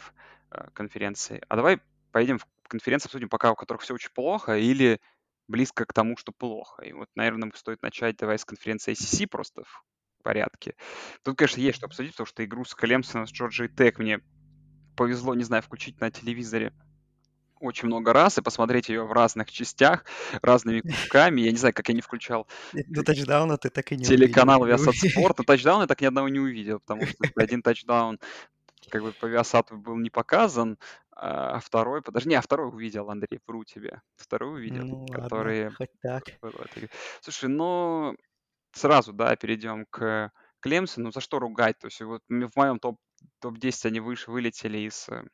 S1: э, конференции. А давай поедем в конференции, обсудим пока, у которых все очень плохо или близко к тому, что плохо. И вот, наверное, стоит начать давай с конференции эй си си просто в порядке. Тут, конечно, есть что обсудить, потому что игру с Клемсоном, с Джорджией Тек мне повезло, не знаю, включить на телевизоре очень много раз и посмотреть ее в разных частях, разными кусками. Я не знаю, как я не включал
S2: До тачдауна ты так и не увидел
S1: телеканал
S2: игру.
S1: Viasat Sport, но тачдаун я так ни одного не увидел, потому что один тачдаун как бы по Viasat был не показан, а второй, подожди, не, а второй увидел, Андрей, вру тебе. Второй увидел,
S2: Ну ладно,
S1: который
S2: хоть так.
S1: был в этой игре. Слушай, ну, сразу, да, перейдем к Клемсону. За что ругать? То есть вот м- в моем топ, топ-десять они выше вылетели из... э,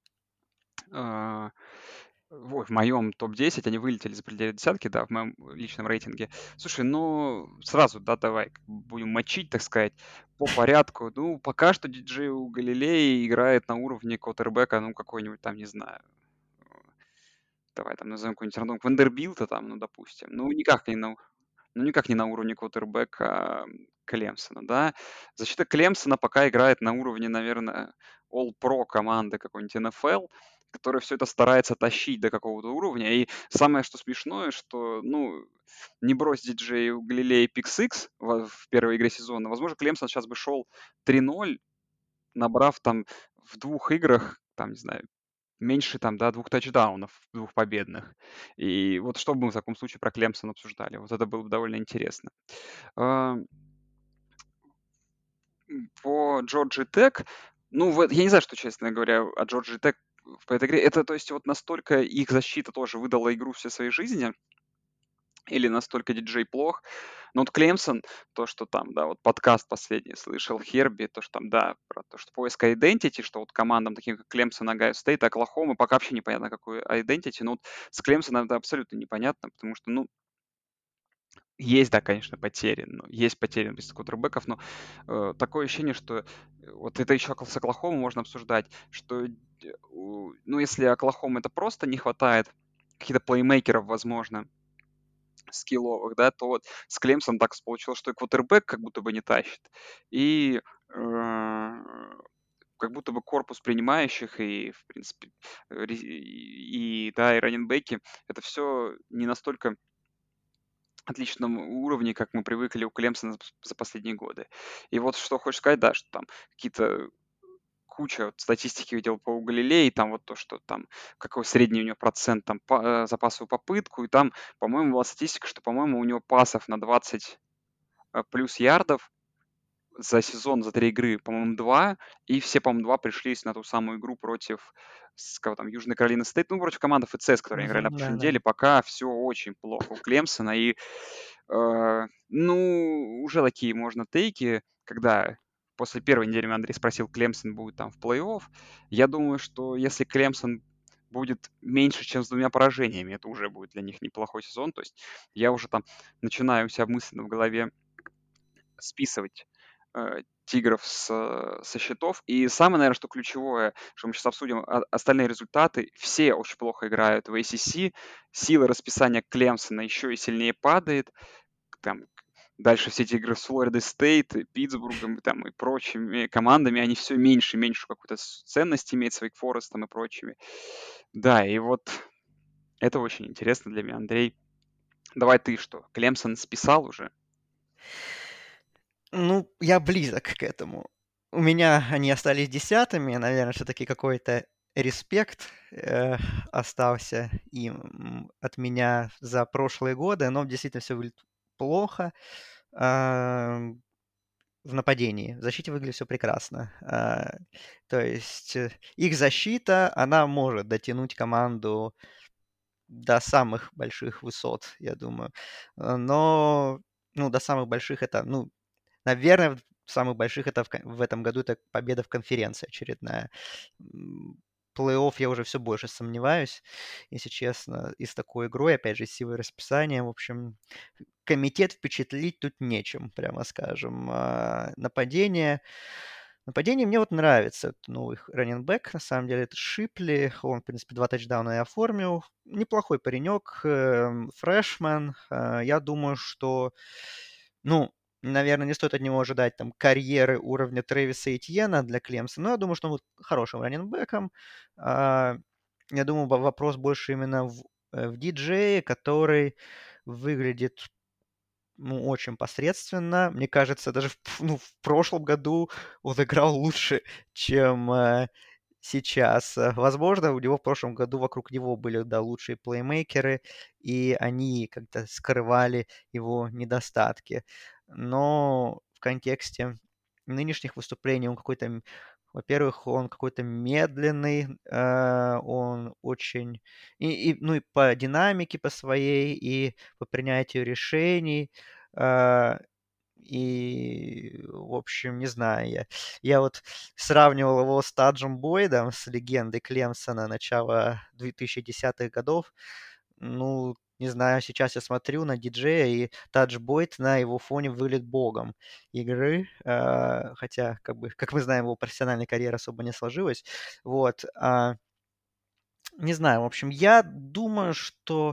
S1: а, ой, в моем топ десять они вылетели за пределы десятки, да, в моем личном рейтинге. Слушай, ну, сразу, да, давай как бы будем мочить, так сказать, по порядку. Ну, пока что диджей у Галилеи играет на уровне квотербека, ну, какой-нибудь там, не знаю, давай там назовем какой-нибудь рандом, Вандербилта там, ну, допустим. Ну, никак не на, ну, никак не на уровне квотербека Клемсона, да. Защита Клемсона пока играет на уровне, наверное, All-Pro команды какой-нибудь эн эф эл, которая все это старается тащить до какого-то уровня. И самое, что смешное, что, ну, не брось диджею Галилеи Пикс Икс в, в первой игре сезона, возможно, Клемсон сейчас бы шел три ноль, набрав там в двух играх, там, не знаю, меньше там, да, двух тачдаунов, двух победных. И вот что бы мы в таком случае про Клемсон обсуждали? Вот это было бы довольно интересно. А, По Georgia Tech, ну, вот я не знаю, что, честно говоря, о Georgia Tech в этой игре. Это, то есть, вот настолько их защита тоже выдала игру всей своей жизни, или настолько диджей плох. Но вот Клемсон, то, что там, да, вот подкаст последний слышал, Херби, то, что там, да, про то, что поиск identity, что вот командам, таким как Клемсон, Огайо Стейт, Оклахома, пока вообще непонятно, какой identity, но вот с Клемсоном это абсолютно непонятно, потому что, ну, есть, да, конечно, потери, но есть потери без квотербеков, но э, такое ощущение, что э, вот это еще с Оклахомой можно обсуждать, что, э, у- ну, если Оклахома это просто не хватает каких-то плеймейкеров, возможно, скилловых, да, то вот с Клемсом так получилось, что и квотербек как будто бы не тащит, и э, как будто бы корпус принимающих и, в принципе, э, ре- и, да, и раненбеки, это все не настолько отличном уровне, как мы привыкли у Клемсона за за последние годы. И вот что хочешь сказать, да, что там какие-то куча вот статистики видел по Галилее, там вот то, что там какой средний у него процент там па- э, за пасовую попытку, и там, по-моему, была статистика, что, по-моему, у него пасов на двадцать э, плюс ярдов за сезон, за три игры, по-моему, два, и все, по-моему, два пришлись на ту самую игру против с кого там, Южной Каролины Стейт, ну, против команды эф си эс, которые они играли на
S2: Мгм,
S1: прошлой
S2: да-да.
S1: неделе, пока все очень плохо у Клемсона, и, э, ну, уже такие можно тейки, когда после первой недели меня Андрей спросил, Клемсон будет там в плей-офф, я думаю, что если Клемсон будет меньше, чем с двумя поражениями, это уже будет для них неплохой сезон, то есть я уже там начинаю у себя мысленно в голове списывать э, тигров с, э, со счетов. И самое, наверное, что ключевое, что мы сейчас обсудим, а- остальные результаты, все очень плохо играют в эй си си, сила расписания Клемсона еще и сильнее падает, там, дальше все эти игры с Флоридой Стейт, и Питтсбургом и, там, и прочими командами, они все меньше и меньше какой-то с- ценности имеют с Вейк Форестом и прочими. Да, и вот это очень интересно для меня, Андрей. Давай ты что, Клемсон списал уже?
S2: Ну, я близок к этому. У меня они остались десятыми, наверное, все-таки какой-то респект э, остался им м, от меня за прошлые годы, но действительно все выглядит плохо. А, в нападении. В защите выглядит все прекрасно. А, то есть э, их защита, она может дотянуть команду до самых больших высот, я думаю. Э, Но, ну, до самых больших это, ну, наверное, в самых больших это в, ко- в этом году это победа в конференции очередная. М, Плей-офф я уже все больше сомневаюсь, если честно, и с такой игрой, опять же, с силой расписания. В общем, комитет впечатлить тут нечем, прямо скажем. А, нападение. Нападение мне вот нравится. Это новый раненбэк, на самом деле, это Шипли. Он, в принципе, два тачдауна и оформил. Неплохой паренек, эм, фрешмен. Э, Я думаю, что, ну, наверное, не стоит от него ожидать там карьеры уровня Трэвиса Этьена для Клемсона, но я думаю, что он будет хорошим раннинбэком. А, Я думаю, во- вопрос больше именно в, э, в диджее, который выглядит ну, очень посредственно. Мне кажется, даже в, п- ну, в прошлом году он играл лучше, чем э, сейчас. Э, Возможно, у него в прошлом году вокруг него были, да, лучшие плеймейкеры, и они как-то скрывали его недостатки. Но в контексте нынешних выступлений он какой-то, м, во-первых, он какой-то медленный, э, он очень, и, и, ну и по динамике по своей, и по принятию решений, э, и, в общем, не знаю, я, я вот сравнивал его с Таджем Бойдом, с легендой Клемсона начала двухтысячных годов. Ну, не знаю, сейчас я смотрю на диджея, и Тадж Бойд на его фоне выглядит богом игры, а, хотя, как бы, как мы знаем, его профессиональная карьера особо не сложилась. Вот. а, Не знаю, в общем, я думаю, что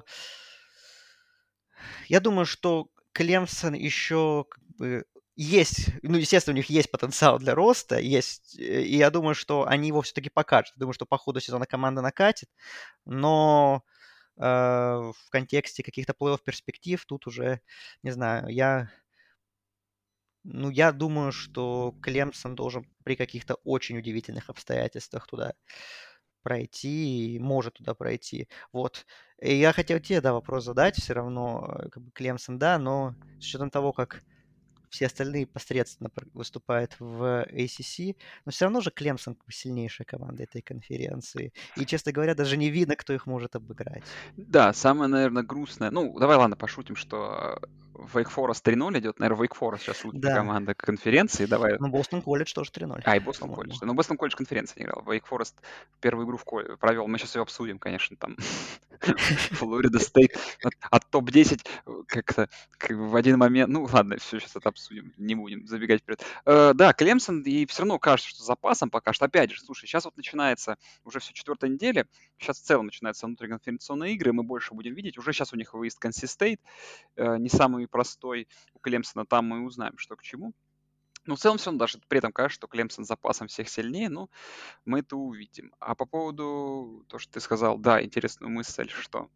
S2: я думаю, что Клемсон еще как бы есть, ну, естественно, у них есть потенциал для роста, есть, э, и я думаю, что они его все-таки покажут. Думаю, что по ходу сезона команда накатит, но э, в контексте каких-то плей-офф перспектив тут уже, не знаю, я, ну, я думаю, что Клемсон должен при каких-то очень удивительных обстоятельствах туда пройти и может туда пройти. Вот. И я хотел тебе, да, вопрос задать все равно, э, как бы Клемсон, да, но с учетом того, как все остальные посредственно пр- выступают в A C C, но все равно же Клемсон как бы сильнейшая команда этой конференции. И, честно говоря, даже не видно, кто их может обыграть.
S1: Да, самое, наверное, грустное. Ну, давай, ладно, пошутим, что Wake Forest три ноль идет. Наверное, Wake Forest сейчас лучшая
S2: Да,
S1: команда конференции. Давай.
S2: но Бостон колледж тоже три ноль,
S1: А, и Бостон колледж.
S2: по-моему.
S1: Ну, Бостон колледж конференции не играл. Wake Forest первую игру в колледже провел. Мы сейчас ее обсудим, конечно, там. Флорида Стейт от, от топ десять э, как-то как бы в один момент. Ну, ладно, все, сейчас это обсудим. Не будем забегать вперед. Э, да, Клемсон, и все равно кажется, что с запасом пока что. Опять же, слушай, сейчас вот начинается уже все четвертая неделя. Сейчас в целом начинаются внутриконференционные игры. Мы больше будем видеть. Уже сейчас у них выезд Канси Стейт. Э, не самый простой у Клемсона. Там мы узнаем, что к чему. Но в целом все равно даже при этом кажется, что Клемсон с запасом всех сильнее, ну, мы это увидим. А по поводу того, что ты сказал, да, интересную мысль, что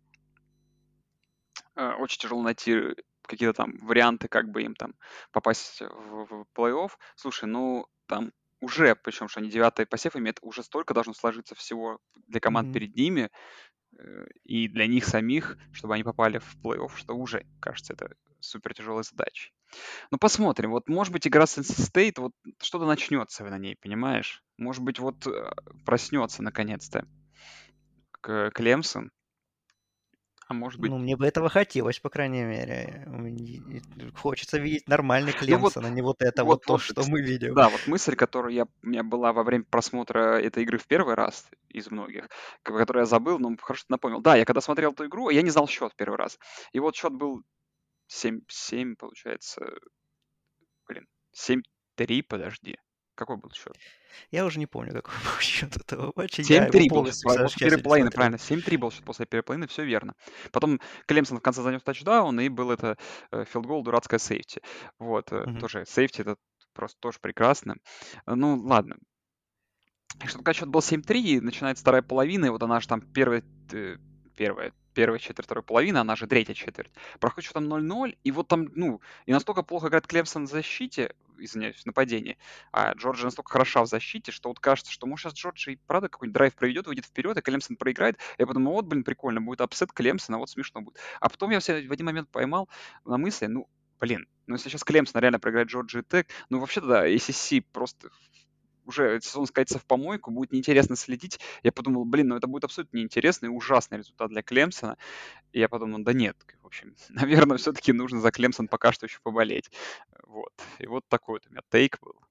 S1: э, очень тяжело найти какие-то там варианты, как бы им там попасть в, в плей-офф. Слушай, ну, там уже, причем, что они девятый посев имеют, уже столько должно сложиться всего для команд
S2: Мгм.
S1: перед ними э, и для них самих, чтобы они попали в плей-офф, что уже, кажется, это супер тяжелая задача. Ну, посмотрим. Вот, может быть, игра с N C State, вот что-то начнется на ней, понимаешь? Может быть, вот э, проснется наконец-то к Клемсон, а может быть...
S2: Ну, мне бы этого хотелось, по крайней мере. Мне хочется видеть нормальный
S1: Ну вот,
S2: Клемсон, а не вот это
S1: вот,
S2: вот то,
S1: вот,
S2: что
S1: кс-
S2: мы видим.
S1: да, вот мысль, которая я, у меня была во время просмотра этой игры в первый раз из многих, к- которую я забыл, но хорошо ты напомнил. Да, я когда смотрел эту игру, я не знал счет первый раз. И вот счет был семь семь, получается, блин, семь три, подожди. Какой был счет?
S2: Я уже не помню, какой был счет этого матча. Я его
S1: семь три был счет
S2: полностью, к
S1: по- после первой
S2: счастью, не
S1: половины,
S2: смотрел.
S1: правильно. семь три был счет после первой половины, все верно. Потом Клемсон в конце занес тачдаун, и был это э, филдгол, дурацкая сейфти. Вот, э,
S2: Мгм.
S1: тоже сейфти, это просто тоже прекрасно. Э, Ну, ладно. И чтобы когда счет был семь три, начинается вторая половина, и вот она же там первая, э, первая, первая четверть второй половины, она же третья четверть. Проходит что там ноль ноль, и вот там, ну, и настолько плохо играет Клемсон в защите, извиняюсь, в нападении, а Джорджия настолько хороша в защите, что вот кажется, что может сейчас Джорджия и правда какой-нибудь драйв проведет, выйдет вперед, и Клемсон проиграет. Я подумал, вот, блин, прикольно, будет апсет Клемсона, вот смешно будет. А потом я себя в один момент поймал на мысли, ну, блин, ну если сейчас Клемсон реально проиграет Джорджия Тек, ну вообще-то да, A C C просто уже этот сезон скатится в помойку, будет неинтересно следить. Я подумал, блин, ну это будет абсолютно неинтересный и ужасный результат для Клемсона. И я подумал, да нет, в общем, наверное, все-таки нужно за Клемсон пока что еще поболеть. Вот. И вот такой вот у меня тейк был.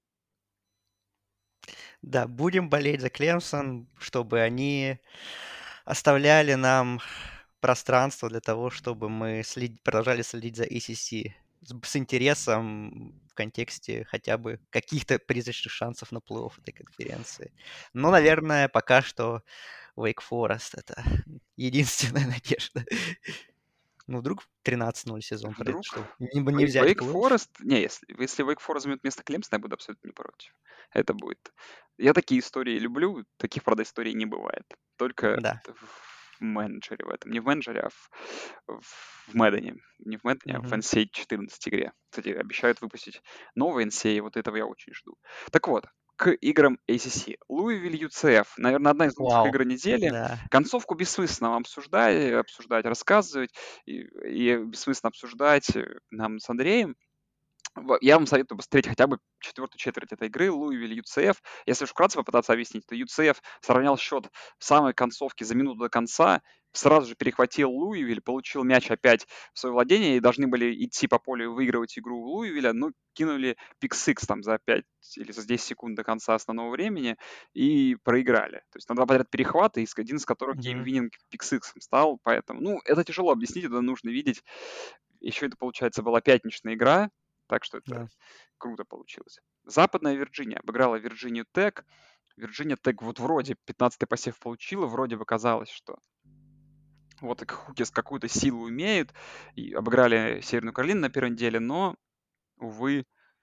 S2: Да, будем болеть за Клемсон, чтобы они оставляли нам пространство для того, чтобы мы след- продолжали следить за A C C с, с интересом в контексте хотя бы каких-то призрачных шансов на плей-офф этой конференции. Но, наверное, пока что Wake Forest — это единственная надежда. Ну, вдруг тринадцать ноль сезон пройдет,
S1: Вдруг
S2: что не, б- не
S1: Вейк
S2: взять в
S1: Вейк
S2: плей-офф?
S1: Форест, не, если, если Вейк Форест займет место Клемсона, я буду абсолютно не против. Это будет. Я такие истории люблю, таких, правда, историй не бывает. Только
S2: Да.
S1: в менеджере в этом. Не в менеджере, а в, в Мэддене. Не в Мэддене, а в
S2: Мгм.
S1: эн си эй четырнадцать игре. Кстати, обещают выпустить новый эн си эй, вот этого я очень жду. Так вот, к играм эй си си. Луивиль ю си эф. Наверное, одна из лучших
S2: Вау.
S1: игр недели.
S2: Да.
S1: Концовку бессмысленно вам обсуждать, обсуждать, рассказывать и, и бессмысленно обсуждать э, нам с Андреем. Во- Я вам советую посмотреть хотя бы четвертую четверть этой игры, Луивиль ю си эф. Если уж вкратце попытаться объяснить, то ю си эф сравнял счет в самой концовке за минуту до конца, сразу же перехватил Луивиль, получил мяч опять в свое владение и должны были идти по полю и выигрывать игру у Луивиля, но кинули пик-сикс там за пять или за десять секунд до конца основного времени и проиграли. То есть на два подряд перехвата, из- один из которых
S2: Мгм.
S1: гейм-виннинг пик-сиксом стал, поэтому, ну, это тяжело объяснить, это нужно видеть. Еще это, получается, была пятничная игра, так что это
S2: Да.
S1: круто получилось. Западная Вирджиния обыграла Вирджинию Тек. Вирджиния Тек вот вроде пятнадцатый посев получила, вроде бы казалось, что вот так Хукис какую-то силу имеют. И обыграли Северную Каролину на первой неделе, но, увы,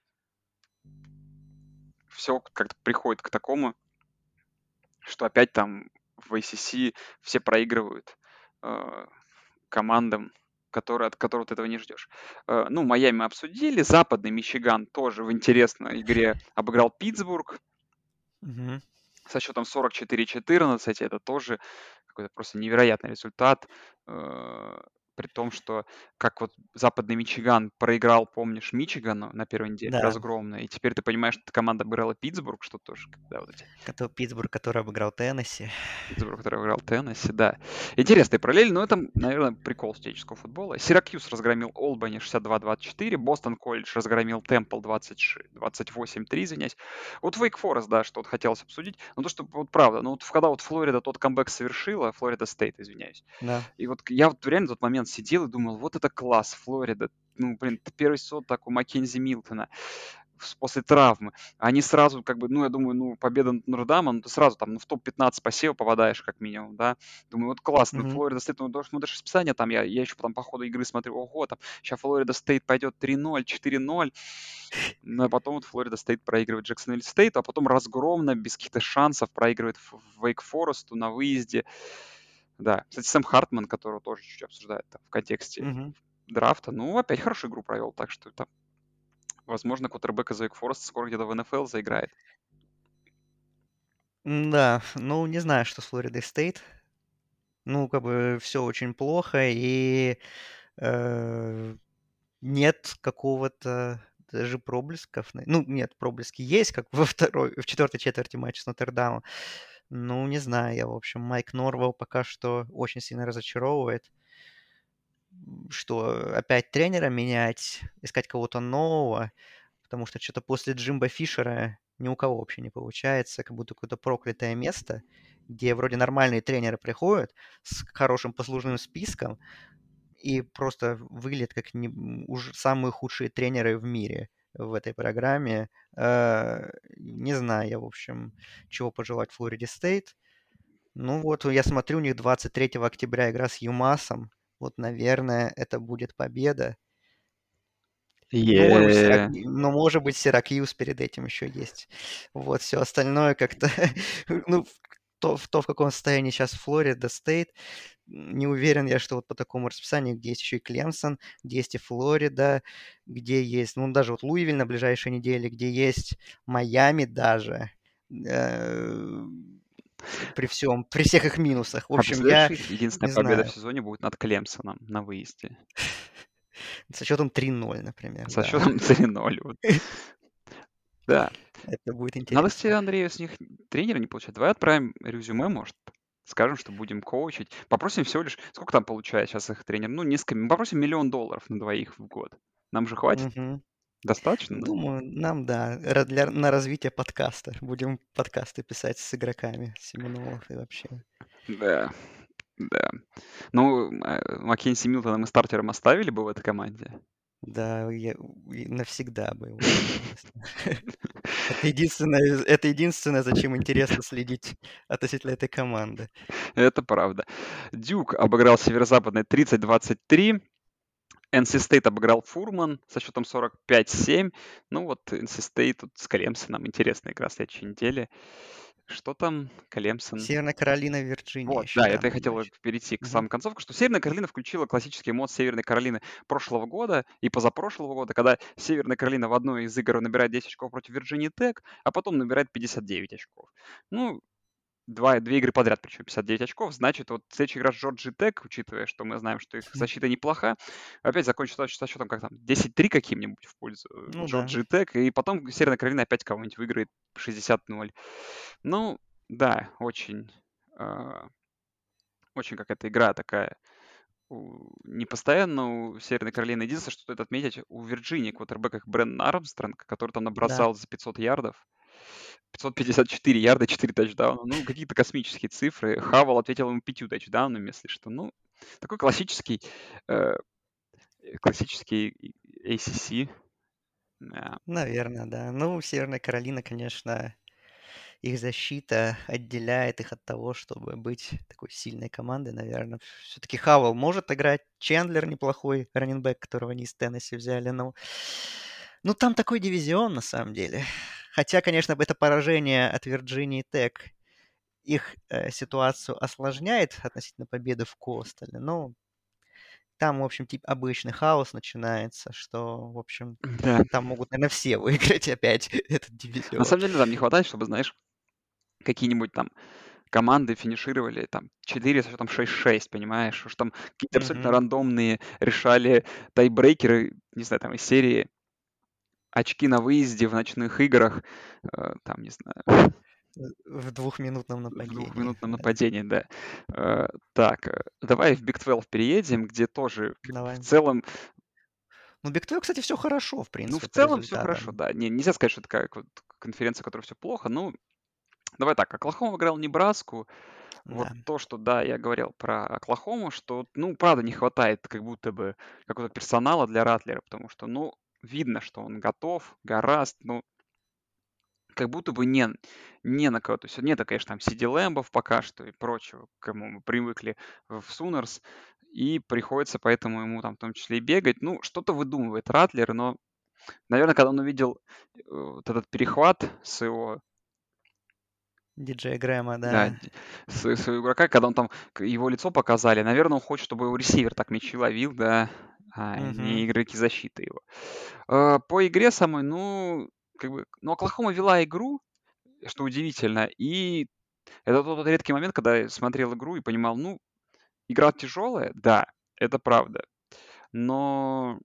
S1: все как-то приходит к такому, что опять там в эй си си все проигрывают э, командам, которые, от которых ты этого не ждешь. Э, ну, Майами мы обсудили. Западный Мичиган тоже в интересной игре обыграл Питтсбург
S2: Мгм.
S1: со счетом сорок четыре четырнадцать. Это тоже какой-то просто невероятный результат. Э, При том, что как вот западный Мичиган проиграл, помнишь, Мичигану на первой неделе
S2: Да.
S1: разгромно, и теперь ты понимаешь, что эта команда обыграла Питтсбург, что тоже, когда вот эти
S2: Который Питтсбург, который обыграл Теннесси.
S1: Питтсбург, который выиграл Теннесси, да. Интересные параллели, но это, наверное, прикол студенческого футбола. Сиракьюз разгромил Олбани шестьдесят два двадцать четыре, Бостон Колледж разгромил Темпл двадцать восемь три, извиняюсь. Вот Вейк Форест, да, что вот хотелось обсудить. Ну то, что вот правда, ну вот когда вот Флорида тот камбэк совершила, Флорида Стейт, извиняюсь.
S2: Да.
S1: И вот я вот реально в тот момент сидел и думал, вот это класс, Флорида. Ну, блин, первый сот так у Маккензи Милтона с- после травмы. Они сразу, как бы, ну, я думаю, ну, победа над Нурдама, ну, ты сразу там ну, в топ пятнадцать посева попадаешь, как минимум, да. Думаю, вот классно,
S2: Мгм.
S1: Флорида Стейт, ну, даже смотришь расписание, там, я, я еще потом по ходу игры смотрю, ого, там, сейчас Флорида Стейт пойдет три ноль, четыре ноль, ну, а потом вот Флорида Стейт проигрывает Джексонвилл Стейт, а потом разгромно, без каких-то шансов проигрывает в Вейк Форесту на выезде. Да, кстати, Сэм Хартман, которого тоже чуть-чуть обсуждают там, в контексте
S2: Мгм.
S1: драфта, ну, опять хорошую игру провел, так что там, возможно, квотербек из Вейк Фореста скоро где-то в эн эф эл заиграет.
S2: Да, ну, не знаю, что с Флоридой Стейт. Ну, как бы все очень плохо, и э, нет какого-то даже проблесков. на- Ну, нет, проблески есть, как во второй, в четвертой четверти матча с Нотр-Дамом. Ну, не знаю я, в общем, Майк Норвелл пока что очень сильно разочаровывает. М, Что опять тренера менять, искать кого-то нового, потому что что-то после Джимба Фишера ни у кого вообще не получается, как будто какое-то проклятое место, где вроде нормальные тренеры приходят с хорошим послужным списком и просто выглядят как не, м, уж самые худшие тренеры в мире в этой программе. Э, Не знаю я, в общем, чего пожелать Флориде Стейт. Ну вот, я смотрю, у них двадцать третьего октября игра с Юмасом. Вот, наверное, это будет победа. Ну, может быть, Сирак...
S1: Е.
S2: ну, может быть, Сиракьюз перед этим еще есть. Вот, все остальное как-то, ну, в то, в то, в каком состоянии сейчас Флорида Стейт, не уверен я, что вот по такому расписанию, где есть еще и Клемсон, где есть и Флорида, где есть, ну, даже вот Луивиль на ближайшей неделе, где есть Майами даже, э, при всем, при всех их минусах. В
S1: А
S2: общем,
S1: представляешь,
S2: я
S1: их единственная
S2: не
S1: победа в
S2: знаю.
S1: сезоне будет над Клемсоном на выезде
S2: Со счетом три ноль, например,
S1: со
S2: да.
S1: счетом три ноль. Вот. Да.
S2: Это будет
S1: Надо, кстати,
S2: интересно.
S1: Андрею, с них тренера не получать. Давай отправим резюме, может. Скажем, что будем коучить. Попросим всего лишь... Сколько там получает сейчас их тренер? Ну, несколько... Мы попросим миллион долларов на двоих в год. Нам же хватит?
S2: Мгм.
S1: Достаточно, да?
S2: Думаю, нам, да, ра- для, на развитие подкаста. Будем подкасты писать с игроками, Семеновых и вообще.
S1: Да, да. Ну, э, Маккенси Милтона мы стартером оставили бы в этой команде.
S2: Да, я и навсегда бы его оставил. если- Это единственное, это единственное, зачем интересно следить относительно этой команды.
S1: Это правда. Дюк обыграл Северо-Западный тридцать двадцать три. эн си State обыграл Фурман со счетом сорок пять семь. Ну вот эн си State тут с Клемсоном. Интересная игра следующей недели. Что там Клемсон?
S2: Северная Каролина, Вирджиния
S1: Вот,
S2: еще,
S1: да,
S2: да,
S1: это я
S2: ну,
S1: хотел
S2: матч.
S1: перейти к
S2: Мгм.
S1: самой концовке, что Северная Каролина включила классический мод Северной Каролины прошлого года и позапрошлого года, когда Северная Каролина в одной из игр набирает десять очков против Вирджинии Тек, а потом набирает пятьдесят девять очков. Ну, два, две игры подряд, причем пятьдесят девять очков. Значит, вот следующая игра с Джорджи Тек, учитывая, что мы знаем, что их защита неплоха, опять закончится со счетом как там десять три каким-нибудь в пользу э,
S2: Ну да,
S1: Джорджи Тек, и потом Северная Каролина опять кого-нибудь выиграет шестьдесят ноль. Ну, да, очень, а, очень какая-то игра такая у- не постоянно у Северной Каролины. Единственное, что стоит отметить, у Вирджинии квотербек их Брэнн Армстронг, который там
S2: да.
S1: набросал за пятьсот ярдов, пятьсот пятьдесят четыре ярда, четыре тачдауна. Ну, какие-то космические цифры. Хавал ответил ему пятью тачдаунами, если что. Ну, такой классический, э, классический эй си си. Да.
S2: Наверное, да. Ну, Северная Каролина, конечно, их защита отделяет их от того, чтобы быть такой сильной командой, наверное. Все-таки Хауэлл может играть, Чендлер неплохой раннинбэк, которого они из Теннесси взяли, но... Ну, там такой дивизион, на самом деле. Хотя, конечно, это поражение от Вирджинии Тек их э, ситуацию осложняет относительно победы в Костеле, но там, в общем, тип обычный хаос начинается, что, в общем,
S1: Да.
S2: там могут, наверное, все выиграть опять этот
S1: На
S2: дивизион.
S1: самом деле, там не хватает, чтобы, знаешь, какие-нибудь там команды финишировали там четыре со счетом шесть шесть, понимаешь? Уж там какие-то абсолютно
S2: Мгм.
S1: рандомные решали тайбрейкеры, не знаю, там из серии очки на выезде в ночных играх, э, там, не знаю,
S2: В двухминутном
S1: в
S2: нападении,
S1: двухминутном
S2: да.
S1: нападении, да. Э, так, э, давай в Big двенадцать переедем, где тоже как бы в
S2: Давай.
S1: целом,
S2: Ну, Биг твелв, кстати, все хорошо, в
S1: ну, в
S2: принципе, по
S1: целом все хорошо,
S2: результатам.
S1: да. Не, нельзя сказать, что это такая вот конференция, в которой все плохо. Ну, давай так, Оклахома выиграл Небраску. Вот
S2: Да.
S1: то, что, да, я говорил про Оклахому, что, ну, правда, не хватает как будто бы какого-то персонала для Ратлера, потому что, ну, видно, что он готов, гораст, ну, как будто бы не, не на кого. То есть нет, конечно, там Сиди Лэмбов пока что и прочего, к кому мы привыкли в Сунерс, и приходится поэтому ему там в том числе и бегать. Ну, что-то выдумывает Ратлер, но, наверное, когда он увидел э, вот этот перехват с его
S2: Диджея Грэма,
S1: Да,
S2: да.
S1: д с своего игрока, когда он там к его лицо показали, наверное, он хочет, чтобы его ресивер так мячи ловил, да, а не
S2: Мгм.
S1: игроки защиты его. А, по игре самой, ну, как бы, ну, Оклахома вела игру, что удивительно, и это тот редкий момент, когда я смотрел игру и понимал, ну, игра тяжелая, да, это правда, но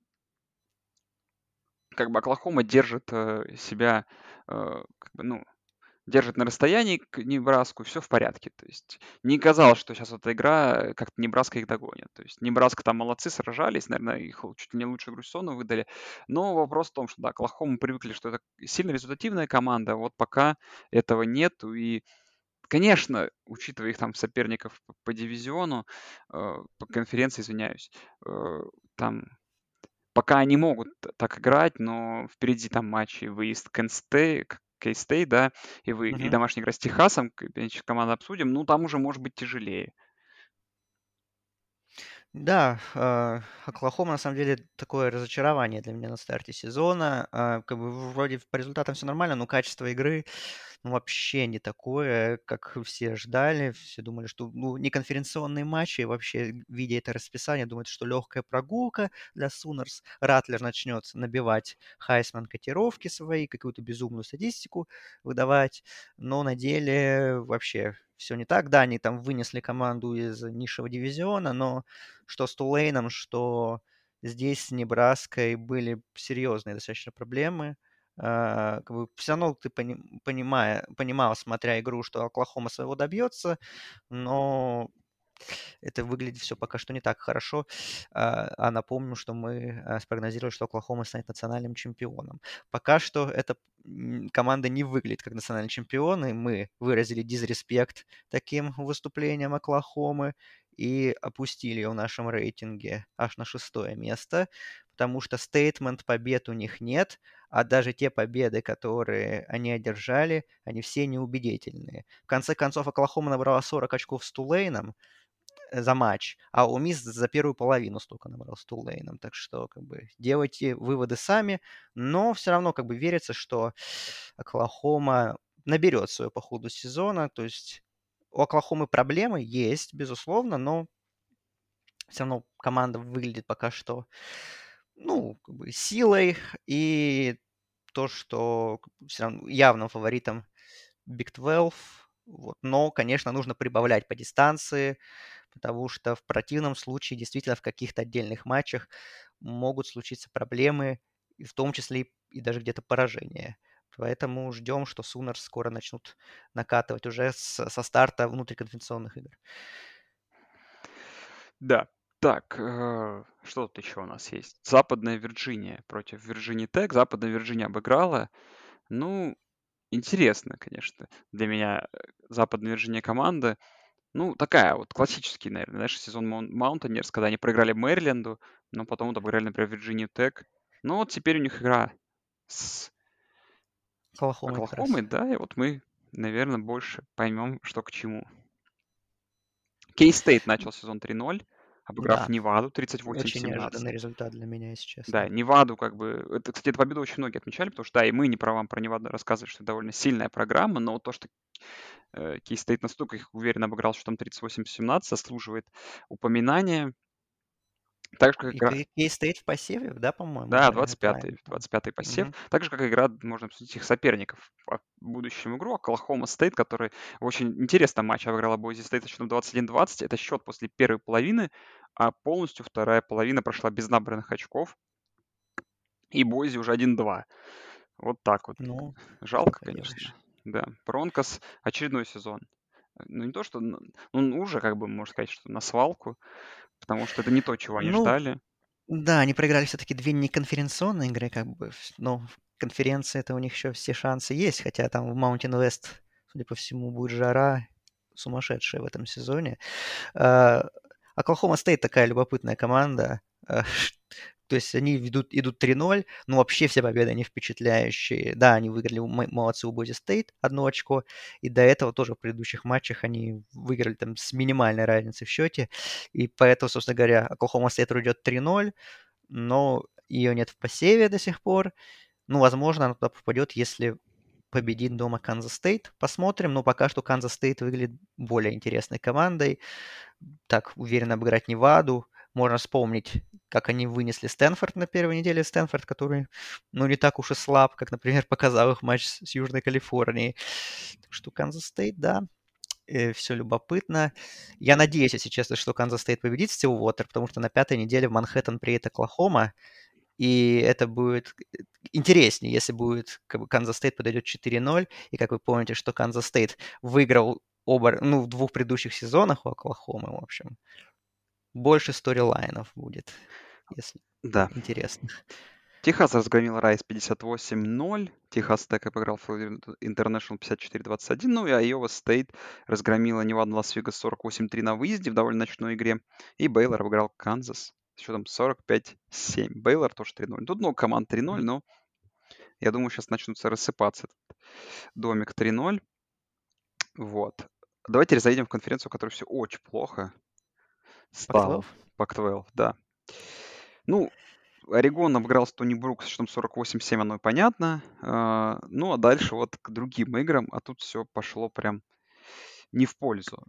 S1: как бы Оклахома держит, э, себя, э, как бы, ну, держит на расстоянии к Небраску, все в порядке. То есть не казалось, что сейчас эта игра, э, как-то Небраска их догонит. То есть Небраска там молодцы, сражались, наверное, их л чуть ли не лучшую игру сезона выдали. Но вопрос в том, что, да, Оклахома привыкли, что это сильно результативная команда, вот пока этого нету. И, конечно, учитывая их там соперников п по дивизиону, э, по конференции, извиняюсь, э, там пока они могут т так играть, но впереди там матчи, выезд Кент Стэй к К-Стейт, да, и вы и
S2: Мгм.
S1: домашняя игра с Техасом, к значит, команду обсудим. Ну, там уже может быть тяжелее.
S2: Да, а, Оклахома на самом деле такое разочарование для меня на старте сезона. А, Как бы вроде по результатам все нормально, но качество игры ну, вообще не такое, как все ждали. Все думали, что ну, не конференционные матчи, и вообще, видя это расписание, думают, что легкая прогулка для Сунерс. Ратлер начнет набивать Хайсман котировки свои, какую-то безумную статистику выдавать, но на деле вообще все не так. Да, они там вынесли команду из низшего дивизиона, но что с Тулейном, что здесь с Небраской были серьезные достаточно проблемы. А, как бы все равно ты пони- понимая, понимал, смотря игру, что Оклахома своего добьется, но это выглядит все пока что не так хорошо. А, а напомню, что мы а, спрогнозировали, что Оклахома станет национальным чемпионом. Пока что эта м, команда не выглядит как национальный чемпион, и мы выразили дизреспект таким выступлениям Оклахомы и опустили ее в нашем рейтинге аж на шестое место, потому что стейтмент побед у них нет, а даже те победы, которые они одержали, они все неубедительные. В конце концов, Оклахома набрала сорок очков с Тулейном, э, за матч, а у Мисс за первую половину столько набрал с Тулейном. Так что как бы делайте выводы сами, но все равно как бы верится, что Оклахома наберет свою по ходу сезона. То есть у Оклахомы проблемы есть, безусловно, но все равно команда выглядит пока что, ну, как бы силой, и то, что все равно явным фаворитом Big двенадцать. Вот. Но, конечно, нужно прибавлять по дистанции, потому что в противном случае действительно в каких-то отдельных матчах могут случиться проблемы, и в том числе и, и даже где-то поражение. Поэтому ждем, что Сунерс скоро начнут накатывать уже с- со старта внутриконференционных игр.
S1: Да. Так, э, что тут еще у нас есть? Западная Вирджиния против Вирджинии Тек. Западная Вирджиния обыграла. Ну, интересно, конечно, для меня э, Западная Вирджиния команда. Ну, такая вот классический, наверное, знаешь, сезон Маун- Маунтинерс, когда они проиграли Мэриленду, но потом вот обыграли, например, Вирджинию Тек. Ну, вот теперь у них игра с
S2: Оклахомой как
S1: Оклахомой,
S2: раз.
S1: да, и вот мы, наверное, больше поймем, что к чему. Кей-Стейт начал сезон три ноль, обыграв
S2: Да,
S1: Неваду тридцать восемь
S2: очень
S1: семнадцать.
S2: неожиданный результат для меня, если
S1: Да,
S2: честно.
S1: Неваду как бы... Это, кстати, эту победу очень многие отмечали, потому что, да, и мы не про вам про Неваду рассказывали, что это довольно сильная программа, но вот то, что э, Кей-Стейт настолько их уверенно обыграл, что там тридцать восемь семнадцать, заслуживает упоминания. Так же, как
S2: И
S1: игра...
S2: Кей- Кей-Стейт в посеве, да, по-моему,
S1: Да,
S2: уже я
S1: двадцать пятый,
S2: правильно помню.
S1: двадцать пятый посев.
S2: Мгм.
S1: Так же, как игра, можно обсудить их соперников по будущему игру. Оклахома Стейт, который в очень интересном матче обыграла Бойзи Стейт со счетом двадцать один двадцать. Это счет после первой половины, а полностью вторая половина прошла без набранных очков. И Бойзи уже один-два. Вот так вот.
S2: Ну, что
S1: Жалко, конечно.
S2: поделаешь.
S1: Да. Бронкос очередной сезон. Э, Ну, не то, что... н- Ну, уже, как бы, можно сказать, что на свалку, потому что это не то, чего они
S2: Ну,
S1: ждали.
S2: да, они проиграли все-таки две неконференционные игры, как бы, вс- но в конференции это у них еще все шансы есть, хотя там в Mountain West, судя по всему, будет жара сумасшедшая в этом сезоне. А, Оклахома Стейт такая любопытная команда. а, То есть они ведут, идут три ноль, но вообще все победы, они впечатляющие. Да, они выиграли, у Мо- молодцы, у Бози Стейт одно очко, и до этого тоже в предыдущих матчах они выиграли там с минимальной разницей в счете, и поэтому, собственно говоря, Оклахома Стейт идет три ноль, но ее нет в посеве до сих пор. Ну, возможно, она туда попадет, если победит дома Канзас Стейт. Посмотрим, но пока что Канзас Стейт выглядит более интересной командой. Так уверенно обыграть Неваду. Можно вспомнить, как они вынесли Стэнфорд на первой неделе. Стэнфорд, который, ну, не так уж и слаб, как, например, показал их матч с, с Южной Калифорнией. Так что Канзас Стейт, да, все любопытно. Я надеюсь, если честно, что Канзас Стейт победит Стилвотер, потому что на пятой неделе в Манхэттен приедет Оклахома, и это будет интереснее, если будет, как бы, Канзас Стейт подойдет четыре ноль, и как вы помните, что Канзас Стейт выиграл оба, ну, в двух предыдущих сезонах у Оклахомы, в общем. Больше сторилайнов будет, если
S1: Да.
S2: интересно.
S1: Техас разгромил Райс пятьдесят восемь ноль. Техас Тек обыграл Флорида Интернешнл пятьдесят четыре двадцать один. Ну и Айова Стейт разгромила Неваду Лас-Вегас сорок восемь три на выезде в довольно ночной игре. И Бейлор обыграл Канзас с счетом сорок пять семь. Бейлор тоже три ноль. Тут много команд три ноль, но я думаю, сейчас начнутся рассыпаться этот домик три ноль. Вот. Давайте зайдем в конференцию, в которой все очень плохо стало.
S2: Пак двенадцать?
S1: пак двенадцать, да. Ну, Орегон обыграл Стони Брук с счетом сорок восемь семь, оно и понятно. А, Ну, а дальше вот к другим играм, а тут все пошло прям не в пользу.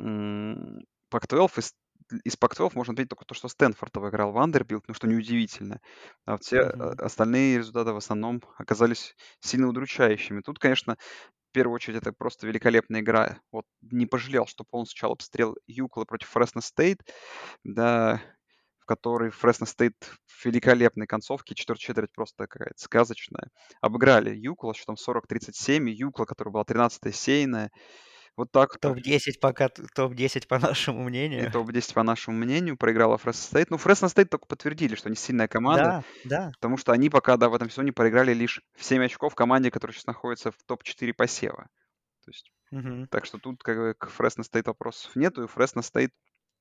S1: М, пак двенадцать из, из пак двенадцать можно отметить только то, что Стэнфорд обыграл Вандербилт, ну, что неудивительно. А вот все э,
S2: Мгм.
S1: остальные результаты в основном оказались сильно удручающими. Тут, конечно, в первую очередь это просто великолепная игра. Вот не пожалел, что полностью сначала обстрел Юкла против Фресно Стейт, да, в которой Фресно Стейт в великолепной концовке, четвертая четверть просто какая-то сказочная. Обыграли Юкла, что там сорок тридцать семь, и Юкла, которая была тринадцатая сейная. Вот так вот.
S2: топ десять пока, топ десять по нашему
S1: И
S2: мнению.
S1: топ десять, по нашему мнению, проиграла Фресно Стейт. Ну, Фресно Стейт только подтвердили, что они сильная команда,
S2: Да, да.
S1: потому что они пока, да, в этом сезоне проиграли лишь в семь очков команде, которая сейчас находится в топ четыре посева. То есть,
S2: Мгм.
S1: так что тут как бы к Фресно Стейт вопросов нету, и Фресно Стейт,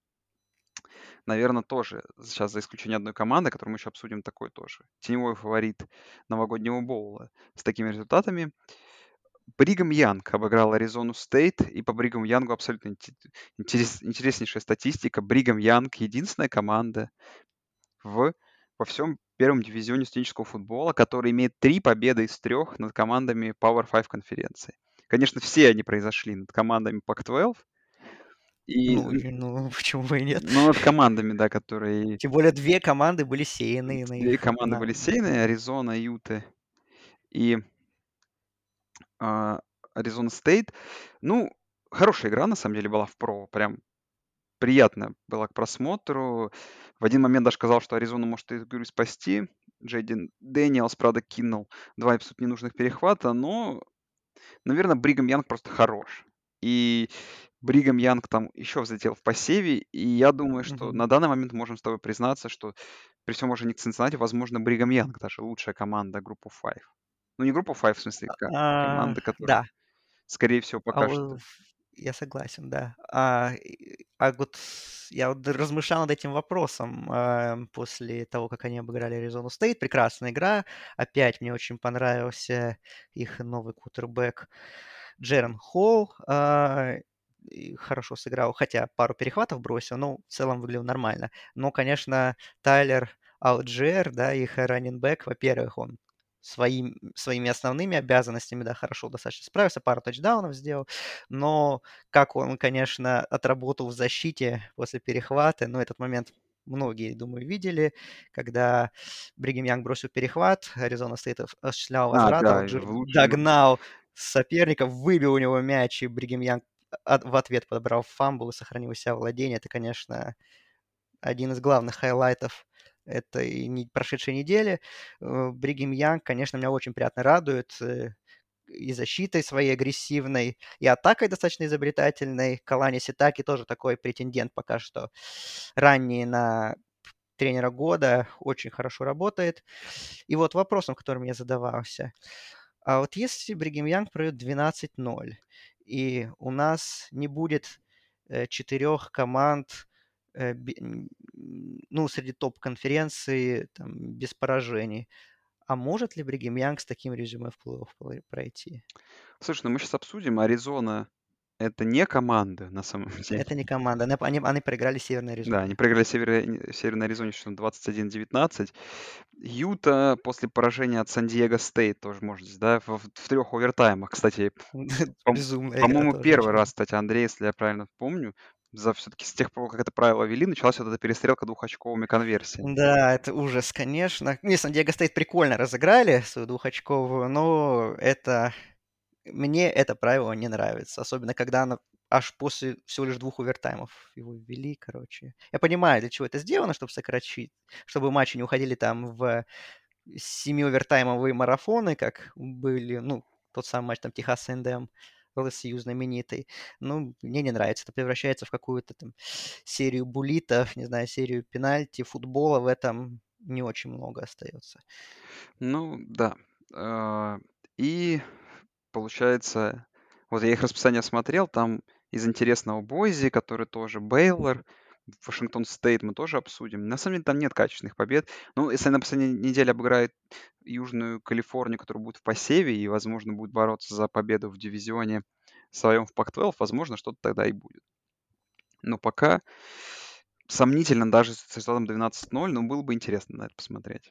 S1: наверное, тоже, сейчас за исключением одной команды, которую мы еще обсудим, такой тоже. Теневой фаворит новогоднего боула с такими результатами. Бригам Янг обыграл Аризону Стейт, и по Бригам Янгу абсолютно инте- интерес- интереснейшая статистика. Бригам Янг — единственная команда в, во всем первом дивизионе студенческого футбола, который имеет три победы из трех над командами Power пять конференции. Конечно, все они произошли над командами пак двенадцать, и,
S2: Ну,
S1: н-
S2: и- ну, почему бы и нет?
S1: ну, над командами, да, которые...
S2: Тем более две команды были сеяны на
S1: Две
S2: их
S1: команды
S2: на
S1: были сеяны — Аризона, Юта и а, Аризона Стейт. Ну, хорошая игра, на самом деле, была в Про. Прям приятно было к просмотру. В один момент даже казалось, что Аризона может эту игру спасти. Джейден Дэниелс, правда, кинул два абсолютно ненужных перехвата, но, наверное, Бригам Янг просто хорош. И Бригам Янг там еще взлетел в посеве, и я думаю, что
S2: Мгм.
S1: на данный момент можем с тобой признаться, что при всем уважении к Цинциннати, возможно, Бригам Янг даже лучшая команда группы пять. Ну, не группа пять, в смысле, ка-
S2: А,
S1: команда, которая,
S2: да,
S1: скорее всего,
S2: а
S1: пока
S2: о
S1: что...
S2: ф я согласен, да. А, и а вот с я вот размышлял над этим вопросом, ам, после того, как они обыграли Аризону Стейт. Прекрасная игра. Опять мне очень понравился их новый кутербэк Джерен Холл. А, и хорошо сыграл, хотя пару перехватов бросил, но в целом выглядел нормально. Но, конечно, Тайлер Алджиэр, да, их раннинг-бэк, во-первых, он своим, своими основными обязанностями, да, хорошо достаточно справился, пару тачдаунов сделал, но как он, конечно, отработал в защите после перехвата, ну, этот момент многие, думаю, видели, когда Бригем Янг бросил перехват, Аризона Стейт осуществлял
S1: А,
S2: возврат,
S1: да, и
S2: Алджир
S1: в лучшем...
S2: догнал соперника, выбил у него мяч, и Бригем Янг от- в ответ подобрал фамбл и сохранил у себя владение. Это, конечно, один из главных хайлайтов этой не- прошедшей недели. Э, Бригем Янг, конечно, меня очень приятно радует э, и защитой своей агрессивной, и атакой достаточно изобретательной. Калани Ситаки тоже такой претендент пока что ранний на тренера года, очень хорошо работает. И вот вопросом, которым я задавался. А вот если Бригем Янг пройдет двенадцать ноль, и у нас не будет э, четырех команд, э, бе- м, ну, среди топ-конференции там, без поражений, а может ли Бригем Янг с таким резюме в плей-офф плей- пройти?
S1: Слушай, ну мы сейчас обсудим. Аризона — это не команда на самом деле.
S2: Это не команда. Они, они, они проиграли Северной
S1: Да, они
S2: Аризоне.
S1: проиграли Северной, Северной Аризоне счетом двадцать один девятнадцать. Юта после поражения от Сан-Диего Стейт тоже, может, да, в, в трех овертаймах, кстати. Пом-
S2: Безумная игра
S1: По-моему,
S2: тоже
S1: первый
S2: очень была.
S1: раз, кстати, Андрей, если я правильно помню, за все-таки с тех пор, как это правило ввели, началась вот эта перестрелка двухочковыми конверсиями.
S2: Да, это ужас, конечно. Не, Сан-Диего Стейт прикольно разыграли свою двухочковую, но это мне это правило не нравится, особенно когда оно аж после всего лишь двух овертаймов его ввели, короче. Я понимаю, для чего это сделано, чтобы сократить, чтобы матчи не уходили там в семи-овертаймовые марафоны, как были, ну, тот самый матч там Техас энд эм, эл эс ю знаменитый. Ну, мне не нравится. Это превращается в какую-то там серию буллитов, не знаю, серию пенальти. Футбола в этом не очень много остается.
S1: Ну, да. А, И получается, вот я их расписание смотрел, там из интересного Бойзи, который тоже Бейлор, Вашингтон Стейт мы тоже обсудим. На самом деле там нет качественных побед. Ну, если на последней неделе обыграет Южную Калифорнию, которая будет в посеве и, возможно, будет бороться за победу в дивизионе своем в пак двенадцать, возможно, что-то тогда и будет. Но пока сомнительно даже с результатом двенадцать ноль, но было бы интересно на это посмотреть.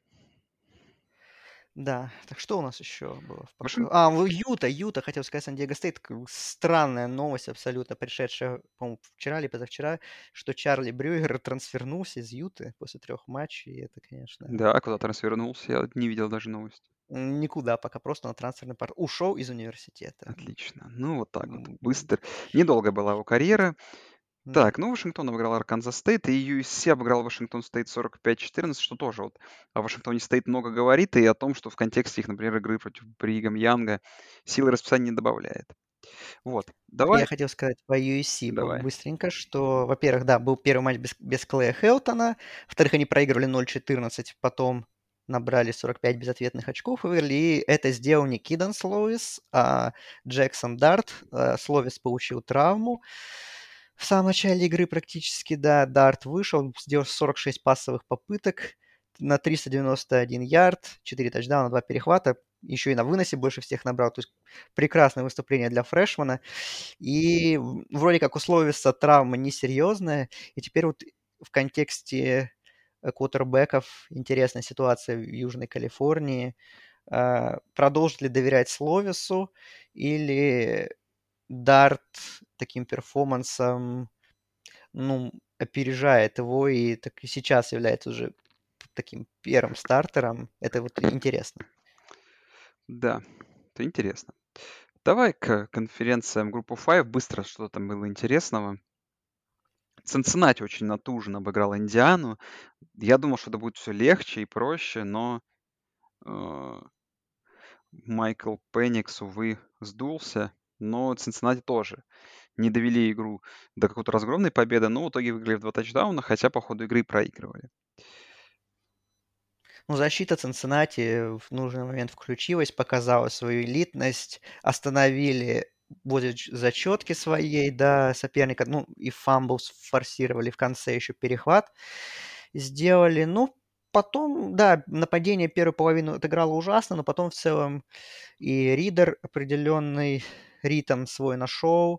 S2: Да, так что у нас еще было в пак
S1: Вашингтон,
S2: А, ну, Юта, Юта, хотел сказать, Сан-Диего Стейт. Как бы странная новость абсолютно, пришедшая, по-моему, вчера или позавчера, что Чарли Брюер трансфернулся из Юты после трех матчей. И это, конечно,
S1: да, куда трансфернулся, я не видел даже новость.
S2: м, никуда пока, просто на трансферный порт. Ушел из университета.
S1: Отлично. Ну, вот так вот.
S2: М, м,
S1: Быстро. Недолго была его карьера.
S2: Да.
S1: Так, ну, Вашингтон обыграл Арканзас Стейт, и ю эс си обыграл Вашингтон Стейт сорок пять четырнадцать, что тоже вот о Вашингтоне Стейт много говорит, и о том, что в контексте их, например, игры против Бригам Янга силы расписания не добавляет. Вот,
S2: Я
S1: давай,
S2: хотел сказать по ю эс си
S1: давай.
S2: быстренько, что, во-первых, да, был первый матч без, без Клея Хелтона, во-вторых, они проигрывали ноль четырнадцать, потом набрали сорок пять безответных очков и выиграли, и это сделал не Кидан Слоис, а Джексон Дарт. Э, Словис получил травму в самом начале игры практически, да, Дарт вышел, сделал сорок шесть пассовых попыток на триста девяносто один ярд, четыре тачдауна, два перехвата. еще и на выносе больше всех набрал. То есть прекрасное выступление для фрешмана. И в- вроде как условится травма несерьезная. И теперь вот в контексте э, квотербеков интересная ситуация в Южной Калифорнии. А, Продолжит ли доверять Словису или Дарт таким перформансом, ну, опережает его и так и сейчас является уже таким первым стартером. Это вот интересно.
S1: Да, это интересно. Давай к конференциям группы пять. Быстро что там было интересного. Цинциннати очень натужно обыграл Индиану. Я думал, что это будет все легче и проще, но э, Майкл Пенникс, увы, сдулся. Но Цинциннати тоже не довели игру до какой-то разгромной победы, но в итоге выиграли в два тачдауна, хотя по ходу игры проигрывали.
S2: Ну, защита Цинциннати в нужный момент включилась, показала свою элитность, остановили возле ч- зачетки своей, да, соперника, ну, и фамбл форсировали в конце еще перехват сделали. Ну, потом, да, нападение первую половину отыграло ужасно, но потом в целом и Ридер определенный ритм свой нашел,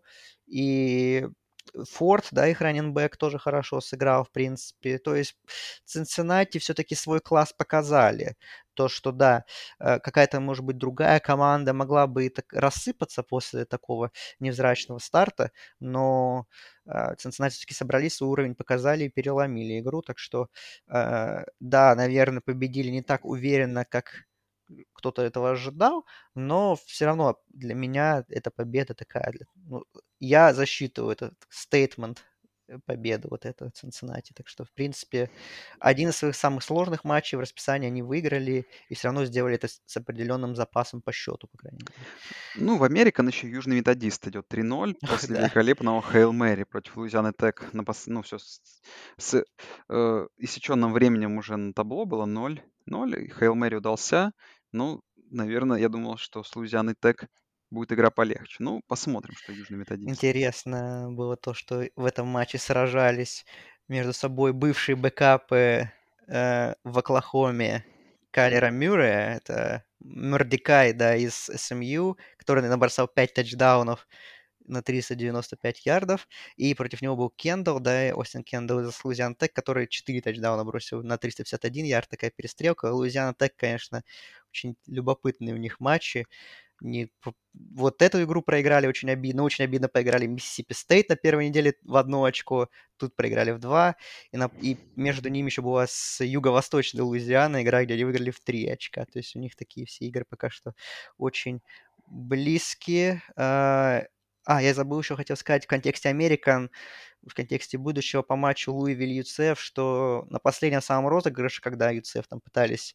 S2: и Форд, да, их раненбэк тоже хорошо сыграл, в принципе. То есть Цинциннати все-таки свой класс показали. То, что, да, э, какая-то, может быть, другая команда могла бы и так рассыпаться после такого невзрачного старта, но э, Цинциннати все-таки собрались, свой уровень показали и переломили игру. Так что, э, да, наверное, победили не так уверенно, как кто-то этого ожидал, но все равно для меня эта победа такая. для- ну, я засчитываю этот стейтмент э, победы вот этого Цинциннати. Так что, в принципе, один из своих самых сложных матчей в расписании они выиграли и все равно сделали это с, с определенным запасом по счету, по крайней мере.
S1: Ну, в Американ еще Южный Методист идет три ноль
S2: Ох,
S1: после
S2: да,
S1: великолепного Хейл Мэри против Луизианы Тек. На пос... Ну, все с, с э, иссеченным временем уже на табло было ноль ноль, и Хейл Мэри удался. Ну, наверное, я думал, что с Луизианой Тек будет игра полегче. Ну, посмотрим, что Южный Методист.
S2: интересно было то, что в этом матче сражались между собой бывшие бэкапы э, в Оклахоме Кайлера Мюррея, это Мордекай, да, из эс эм ю, который набросал пять тачдаунов на триста девяносто пять ярдов, и против него был Кендалл, да, Остин Кендалл из Луизиана Тек, который четыре тачдауна бросил на триста пятьдесят один ярд, такая перестрелка. Луизиана Тек, конечно, очень любопытные у них матчи. Не, п- вот эту игру проиграли очень обидно. Очень обидно проиграли Миссисипи Стейт на первой неделе в одно очко. Тут проиграли в два. И, на- и между ними еще была с юго-восточной Луизианой игра, где они выиграли в три очка. То есть у них такие все игры пока что очень близкие. А, а, я забыл еще, хотел сказать, в контексте Американ, в контексте будущего по матчу Луивиль ЮЦФ, что на последнем самом розыгрыше, когда ЮЦФ там пытались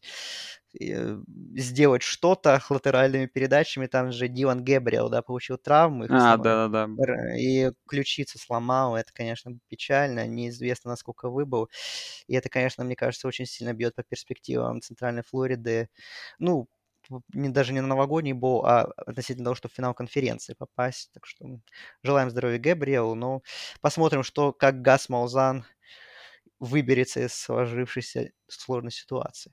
S2: э, сделать что-то латеральными передачами, там же Дилан Гэбриэл, да, получил травму, их
S1: А,
S2: основной,
S1: да-да-да.
S2: р- и ключицу сломал, это, конечно, печально, неизвестно, насколько выбыл, и это, конечно, мне кажется, очень сильно бьет по перспективам Центральной Флориды, ну, не, даже не на новогодний бол, а относительно того, чтобы в финал конференции попасть. Так что желаем здоровья Гэбриэлу, но посмотрим, что, как Гас Малзан выберется из сложившейся сложной ситуации.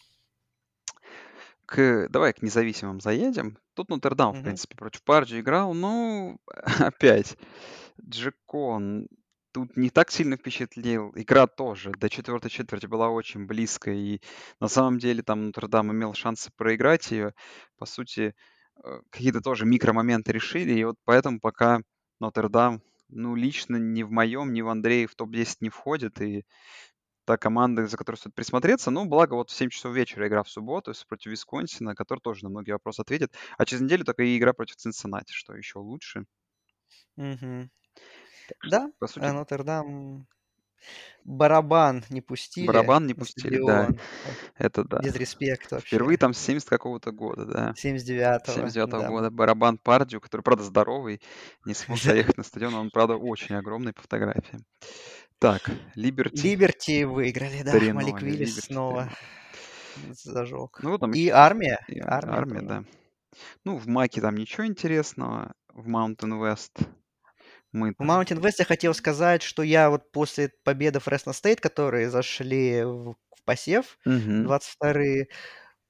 S1: К... Давай к независимым заедем. Тут Нотр-Дам, в
S2: Мгм.
S1: принципе, против Парджи играл. Ну, опять, Джекон тут не так сильно впечатлил. Игра тоже до четвертой четверти была очень близкой. И на самом деле там Нотр-Дам имел шансы проиграть ее. По сути, э, какие-то тоже микромоменты решили. И вот поэтому пока Нотр-Дам, ну, лично ни в моем, ни в Андрее в топ десять не входит. И та команда, за которой стоит присмотреться. Ну, благо, вот в семь часов вечера игра в субботу с- против Висконсина, который тоже на многие вопросы ответит. А через неделю только и игра против Цинциннати, что еще лучше.
S2: Мгм.
S1: Так что,
S2: Да,
S1: по
S2: э,
S1: сути,
S2: Нотр-Дам барабан не пустили
S1: барабан не
S2: на
S1: пустили, да.
S2: стадион. Ой,
S1: Это да.
S2: дизреспект
S1: Впервые
S2: вообще.
S1: там с семьдесят какого-то года, да.
S2: семьдесят девятого,
S1: семьдесят девятого
S2: да.
S1: года барабан Пардию, который, правда, здоровый, не смог заехать на стадион. Он, правда, очень огромный по фотографиям. Так, Либерти
S2: Либерти выиграли, да.
S1: три
S2: Малик
S1: ноль,
S2: Виллис
S1: Либерти
S2: снова
S1: три ноль. Ну,
S2: зажег.
S1: вот там
S2: И
S1: еще
S2: армия,
S1: и а-
S2: армия
S1: армия,
S2: тоже.
S1: да. Ну, в Маке там ничего интересного. В Mountain West мы
S2: В
S1: там.
S2: Mountain West я хотел сказать, что я вот после победы Фресно Стейт, которые зашли в, в посев,
S1: Мгм.
S2: двадцать вторые,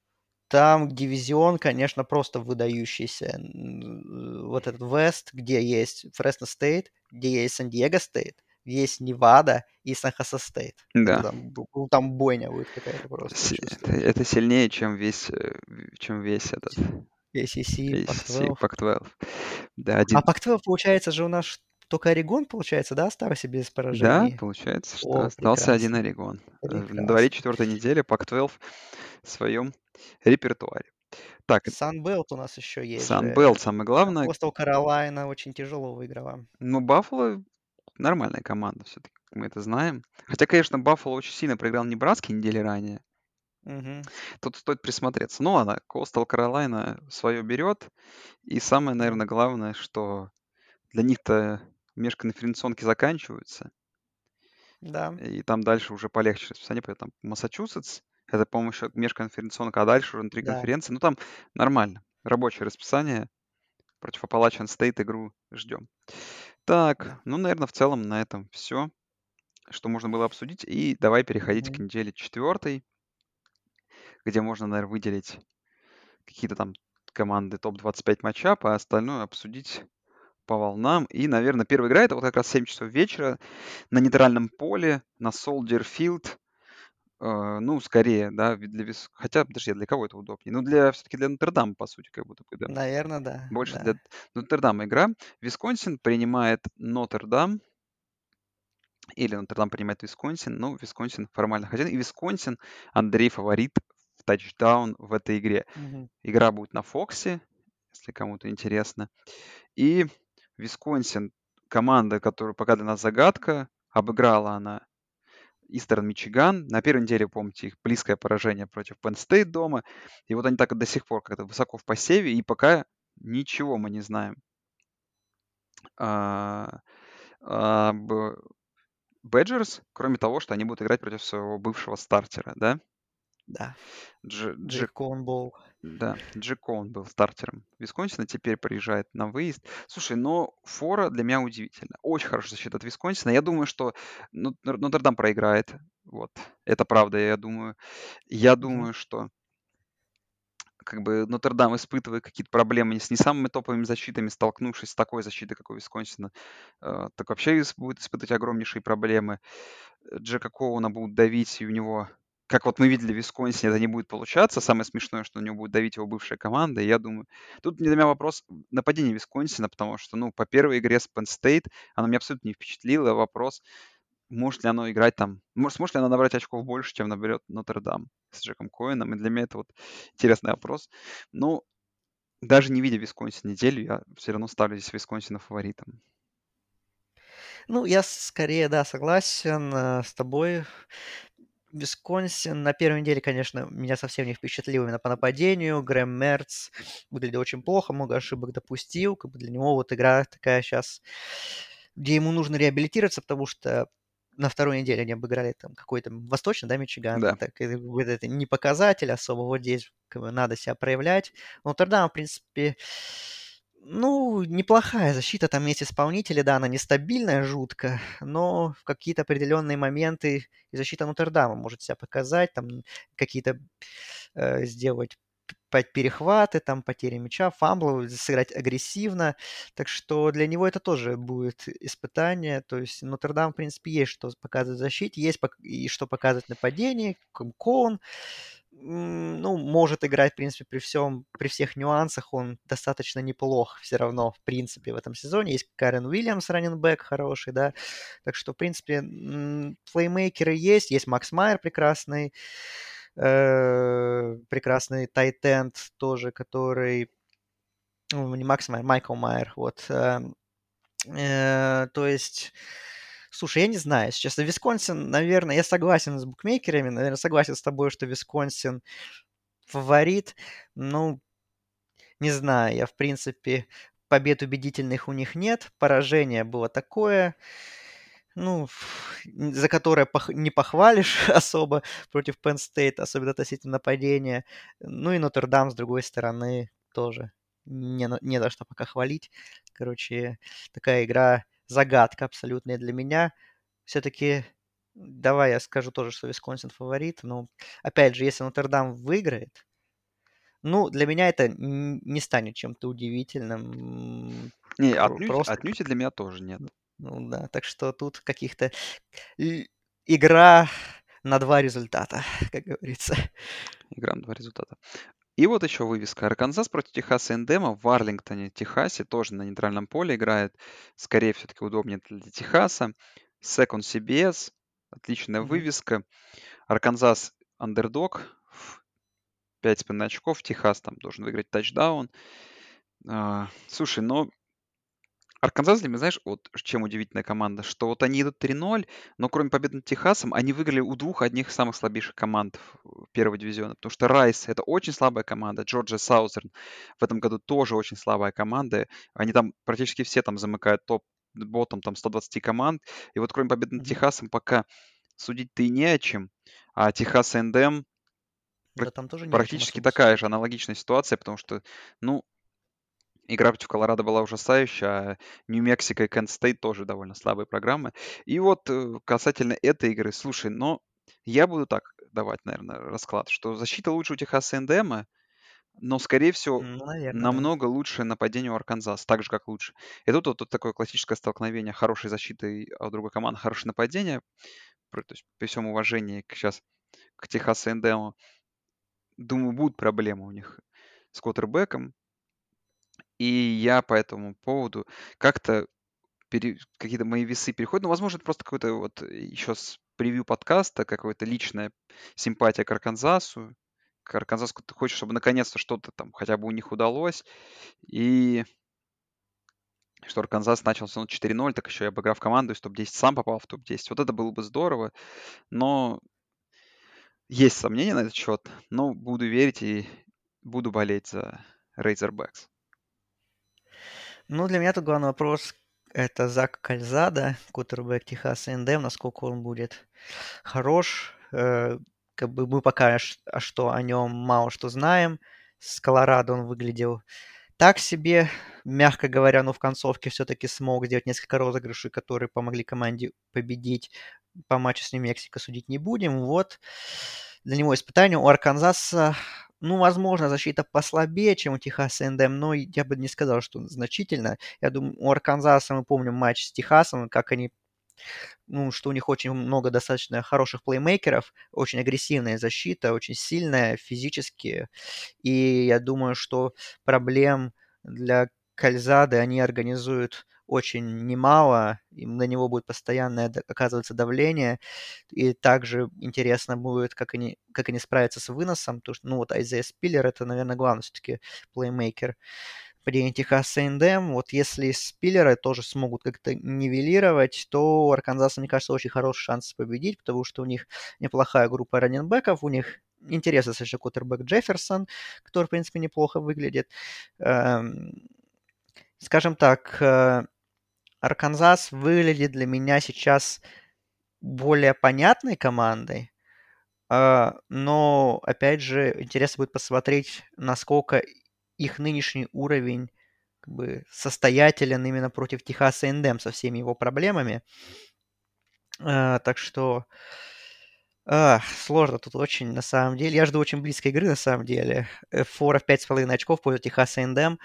S2: Там дивизион, конечно, просто выдающийся. Н- Вот этот Вест, где есть Фресно Стейт, где есть Сан-Диего Стейт, где есть Невада и Сан-Хосе Стейт. Это
S1: Да.
S2: там, бу- ну, там бойня будет какая-то просто, я
S1: Си- Это,
S2: чувствую.
S1: это сильнее, чем весь, э, чем весь этот
S2: A C C,
S1: A C C,
S2: Пак двенадцать.
S1: пак двенадцать. Да,
S2: А
S1: один.
S2: Пак двенадцать, получается же, у нас ш- только Орегон, получается, да, остался без
S1: Да,
S2: поражений?
S1: получается, что
S2: О,
S1: остался один
S2: прекрасно,
S1: Орегон. Э, На дворе
S2: прекрасно.
S1: четвертой недели пак двенадцать в своем репертуаре. Так,
S2: Санбелт у нас еще есть
S1: Санбелт,
S2: же.
S1: самое
S2: А
S1: главное.
S2: Костел Каролайна очень тяжело выиграла.
S1: Ну, Баффало нормальная команда все-таки, мы это знаем. Хотя, конечно, Баффало очень сильно проиграл Небраске недели ранее.
S2: Мгм.
S1: Тут стоит присмотреться. Ну ладно, Coastal Carolina свое берет. И самое,
S2: Ну,
S1: наверное, главное, что для них-то межконференционки заканчиваются.
S2: да,
S1: И там дальше уже полегче расписание, пойдет. Там Массачусетс, это, по-моему, еще межконференционка, а дальше уже внутри
S2: да,
S1: конференции. Ну, там нормально. Рабочее расписание. Против Appalachian State игру ждем. Так,
S2: да.
S1: ну, наверное, в целом на этом все, что можно было обсудить. И давай переходить к
S2: Мгм.
S1: неделе четвертой, где можно, наверное, выделить какие-то там команды топ двадцать пять матчап, а остальное обсудить по волнам. И, наверное, первая игра это вот как раз семь часов вечера на нейтральном поле, на Soldier Field. Э, ну, скорее, да, ведь для Вис... Хотя, подожди, а для кого это удобнее? Ну, для все-таки для Нотр-Дама, по сути, как будто бы, да.
S2: Наверно, да,
S1: Больше для
S2: да.
S1: Нотр-Дама игра. Висконсин принимает Нотр-Дам, или Нотр-Дам принимает Висконсин. Ну, Висконсин формально хозяин. И Висконсин, Андрей фаворит в тачдаун в этой игре.
S2: Мгм.
S1: Игра будет на Фоксе, если кому-то интересно. И Висконсин, команда, которая пока для нас загадка, обыграла она Истерн Мичиган. На первой неделе, помните, их близкое поражение против Penn State дома. И вот они так и до сих пор как-то высоко в посеве, и пока ничего мы не знаем а, об Бэджерс, кроме того, что они будут играть против своего бывшего стартера, да?
S2: Да.
S1: Дж, Дж,
S2: Джейк Корнболл.
S1: да, Джек Коун был стартером Висконсина, теперь приезжает на выезд. Слушай, но фора для меня удивительно. Очень хорошая защита от Висконсина. Я думаю, что Нот- Нотр-Дам проиграет. Вот. Это правда, я думаю. Я
S2: Мгм.
S1: думаю, что как бы Нотр-Дам испытывает какие-то проблемы не с не самыми топовыми защитами, столкнувшись с такой защитой, как у Висконсина, э, так вообще ис- будет испытывать огромнейшие проблемы. Э, Джека Коуна будут давить, и у него, как вот мы видели в Висконсине, это не будет получаться. Самое смешное, что у него будет давить его бывшая команда. И я думаю, тут для меня вопрос нападения Висконсина, потому что, ну, по первой игре с Penn State она меня абсолютно не впечатлила. Вопрос, может ли оно играть там, может, сможет ли оно набрать очков больше, чем наберет Нотр-Дам с Джеком Коэном. И для меня это вот интересный вопрос. Ну, даже не видя Висконсин неделю, я все равно ставлю здесь Висконсина фаворитом.
S2: Ну, я скорее, да, согласен, э, с тобой. Висконсин на первой неделе, конечно, меня совсем не впечатлил именно по нападению. Грэм Мерц выглядел очень плохо, много ошибок допустил. Как бы для него вот игра такая сейчас, где ему нужно реабилитироваться, потому что на второй неделе они обыграли там какой-то восточный, да, Мичиган.
S1: Да.
S2: Так, это, вот это не показатель особо. Вот здесь как бы надо себя проявлять. Но Нотр-Дам, в принципе, ну, неплохая защита. Там есть исполнители, да, она нестабильная жутко, но в какие-то определенные моменты и защита Нотр-Дама может себя показать, там какие-то э, сделать п- перехваты, там потери мяча, фамблы, сыграть агрессивно. Так что для него это тоже будет испытание. То есть Нотр-Дам, в принципе, есть что показывать в защите, есть пок- и что показывать в нападении. Коун, м, ну, может играть, в принципе, при всем, при всех нюансах, он достаточно неплох все равно, в принципе, в этом сезоне. Есть Карен Уильямс, раннинбэк хороший, да, так что, в принципе, м, плеймейкеры есть, есть Макс Майер прекрасный, э, прекрасный тайтенд тоже, который, ну, не Макс Майер, Майкл Майер, вот, э, э, то есть... Слушай, я не знаю, если честно. Висконсин, наверное, я согласен с букмекерами, наверное, согласен с тобой, что Висконсин фаворит. Ну, не знаю, я, в принципе, побед убедительных у них нет. Поражение было такое, ну, за которое пох- не похвалишь особо против Penn State, особенно относительно нападения. Ну и Нотр-Дам, с другой стороны, тоже не, на- не за что пока хвалить. Короче, такая игра загадка абсолютная для меня. Все-таки давай я скажу тоже, что Висконсин фаворит. Но, опять же, если Нотр-Дам выиграет, Ну, для меня это н- не станет чем-то удивительным.
S1: Не,
S2: Про-
S1: отнюдь,
S2: Просто,
S1: отнюдь и для меня тоже нет.
S2: ну да, так что тут каких-то л- игра на два результата, как говорится.
S1: Игра на два результата. И вот еще вывеска. Арканзас против Техаса Эндема в Арлингтоне, Техасе, тоже на нейтральном поле играет. Скорее, все-таки удобнее для Техаса. Second си би эс. Отличная
S2: Мгм.
S1: вывеска. Арканзас андердог. пять с половиной очков. Техас там должен выиграть тачдаун. А, слушай, но Арканзас для меня, знаешь, вот чем удивительная команда, что вот они идут три ноль, но кроме победы над Техасом, они выиграли у двух одних из самых слабейших команд в- первого дивизиона. Потому что Райс — это очень слабая команда, Джорджия Саузерн в этом году тоже очень слабая команда. Они там практически все там замыкают топ ботом там сто двадцать команд. И вот кроме победы над
S2: Мгм.
S1: Техасом пока судить-то и не о чем. А Техас Эндем
S2: Да, там тоже не о чем
S1: практически
S2: особо
S1: такая же
S2: судить.
S1: аналогичная ситуация, потому что, ну, игра против Колорадо была ужасающая, а Нью-Мексико и Кент Стейт тоже довольно слабые программы. И вот э, касательно этой игры, слушай, но я буду так давать, наверное, расклад, что защита лучше у Техаса Эндема, но, скорее всего,
S2: Ну, наверное, да.
S1: намного лучше нападение у Арканзас, так же, как лучше. И тут вот тут такое классическое столкновение хорошей защиты, а у другой команды хорошее нападение. При, то есть, при всем уважении к, сейчас к Техасу Эндему, думаю, будут проблемы у них с квотербеком. И я по этому поводу как-то пере какие-то мои весы переходят. Ну, возможно, это просто какой-то вот еще с превью подкаста, какая-то личная симпатия к Арканзасу. К Арканзасу ты хочешь, чтобы наконец-то что-то там хотя бы у них удалось. И что Арканзас начал с четыре ноль, так еще и обыграв команду из топ десять, сам попал в топ десять. Вот это было бы здорово. Но есть сомнения на этот счет. Но буду верить и буду болеть за Razorbacks.
S2: Ну, для меня тут главный вопрос — это Зак Кальзада, кутербэк Техаса Эндем, насколько он будет хорош. Э, Как бы мы пока ш- а что о нем мало что знаем. С Колорадо он выглядел так себе, мягко говоря, но в концовке все-таки смог сделать несколько розыгрышей, которые помогли команде победить. По матчу с Нью-Мексико судить не будем. Вот для него испытание. У Арканзаса, ну, возможно, защита послабее, чем у Техаса Эндем, но я бы не сказал, что значительно. Я думаю, у Арканзаса мы помним матч с Техасом, как они, ну, что у них очень много достаточно хороших плеймейкеров, очень агрессивная защита, очень сильная физически. И я думаю, что проблем для Кальзады они организуют очень немало, и на него будет постоянное д- оказываться давление. И также интересно будет, как они, как они справятся с выносом, потому что, ну, вот Айзея Спиллер — это, наверное, главный все-таки плеймейкер падение Техаса Эндем. Вот если Спиллеры тоже смогут как-то нивелировать, то у Арканзаса, мне кажется, очень хороший шанс победить, потому что у них неплохая группа раненбеков, у них интересный совершенно кутербэк Джефферсон, который, в принципе, неплохо выглядит. Эм, Скажем так, э, Арканзас выглядит для меня сейчас более понятной командой, а, но, опять же, интересно будет посмотреть, насколько их нынешний уровень как бы состоятелен именно против Техаса Эндем со всеми его проблемами. А, так что а, сложно тут очень, на самом деле. Я жду очень близкой игры, на самом деле. Э, Фора в пять с половиной очков против Техаса Эндем.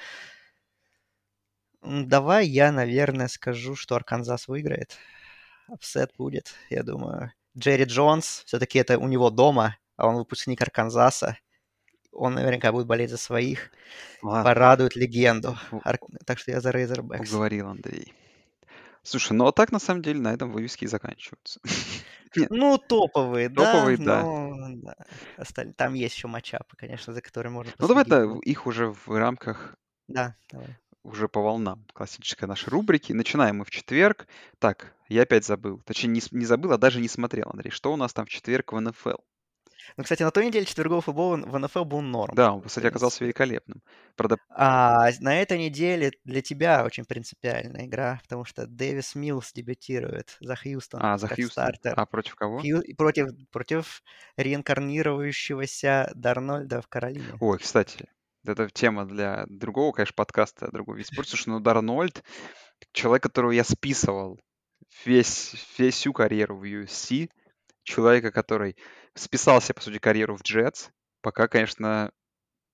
S2: М, Давай я, наверное, скажу, что Арканзас выиграет. Апсет будет, я думаю. Джерри Джонс, все-таки это у него дома, а он выпускник Арканзаса. Он наверняка будет болеть за своих,
S1: Ладно,
S2: порадует легенду.
S1: у-
S2: Ар- Так что я за Razorbacks.
S1: уговорил Андрей. Слушай, ну а так на самом деле на этом вывески и заканчиваются. Нет,
S2: Ну, топовые, да,
S1: топовые, да.
S2: но да, осталь- там есть еще матчапы, конечно, за которые можно
S1: Ну
S2: последить
S1: давай-то
S2: будет.
S1: их уже в рамках,
S2: Да, давай.
S1: уже по волнам. Классическая наша рубрики. Начинаем мы в четверг. Так, я опять забыл. Точнее, не, с- не забыл, а даже не смотрел, Андрей. Что у нас там в четверг в эн эф эл?
S2: Ну, кстати, на той неделе четверговый футбол в эн эф эл был норм,
S1: Да, он,
S2: в
S1: кстати, оказался
S2: принципе.
S1: великолепным. Правда,
S2: А на этой неделе для тебя очень принципиальная игра, потому что Дэвис Милс дебютирует за Хьюстон
S1: а, за
S2: как
S1: Хьюстон.
S2: стартер.
S1: А против кого?
S2: Хью- и против, против реинкарнирующегося Дарнольда в Каролине.
S1: Ой, кстати, это тема для другого, конечно, подкаста, другого вид спорта. Слушай, ну Дарнольд, человек, которого я списывал весь, весь всю карьеру в ю эф си, человека, который списался, по сути, карьеру в Джетс, пока, конечно,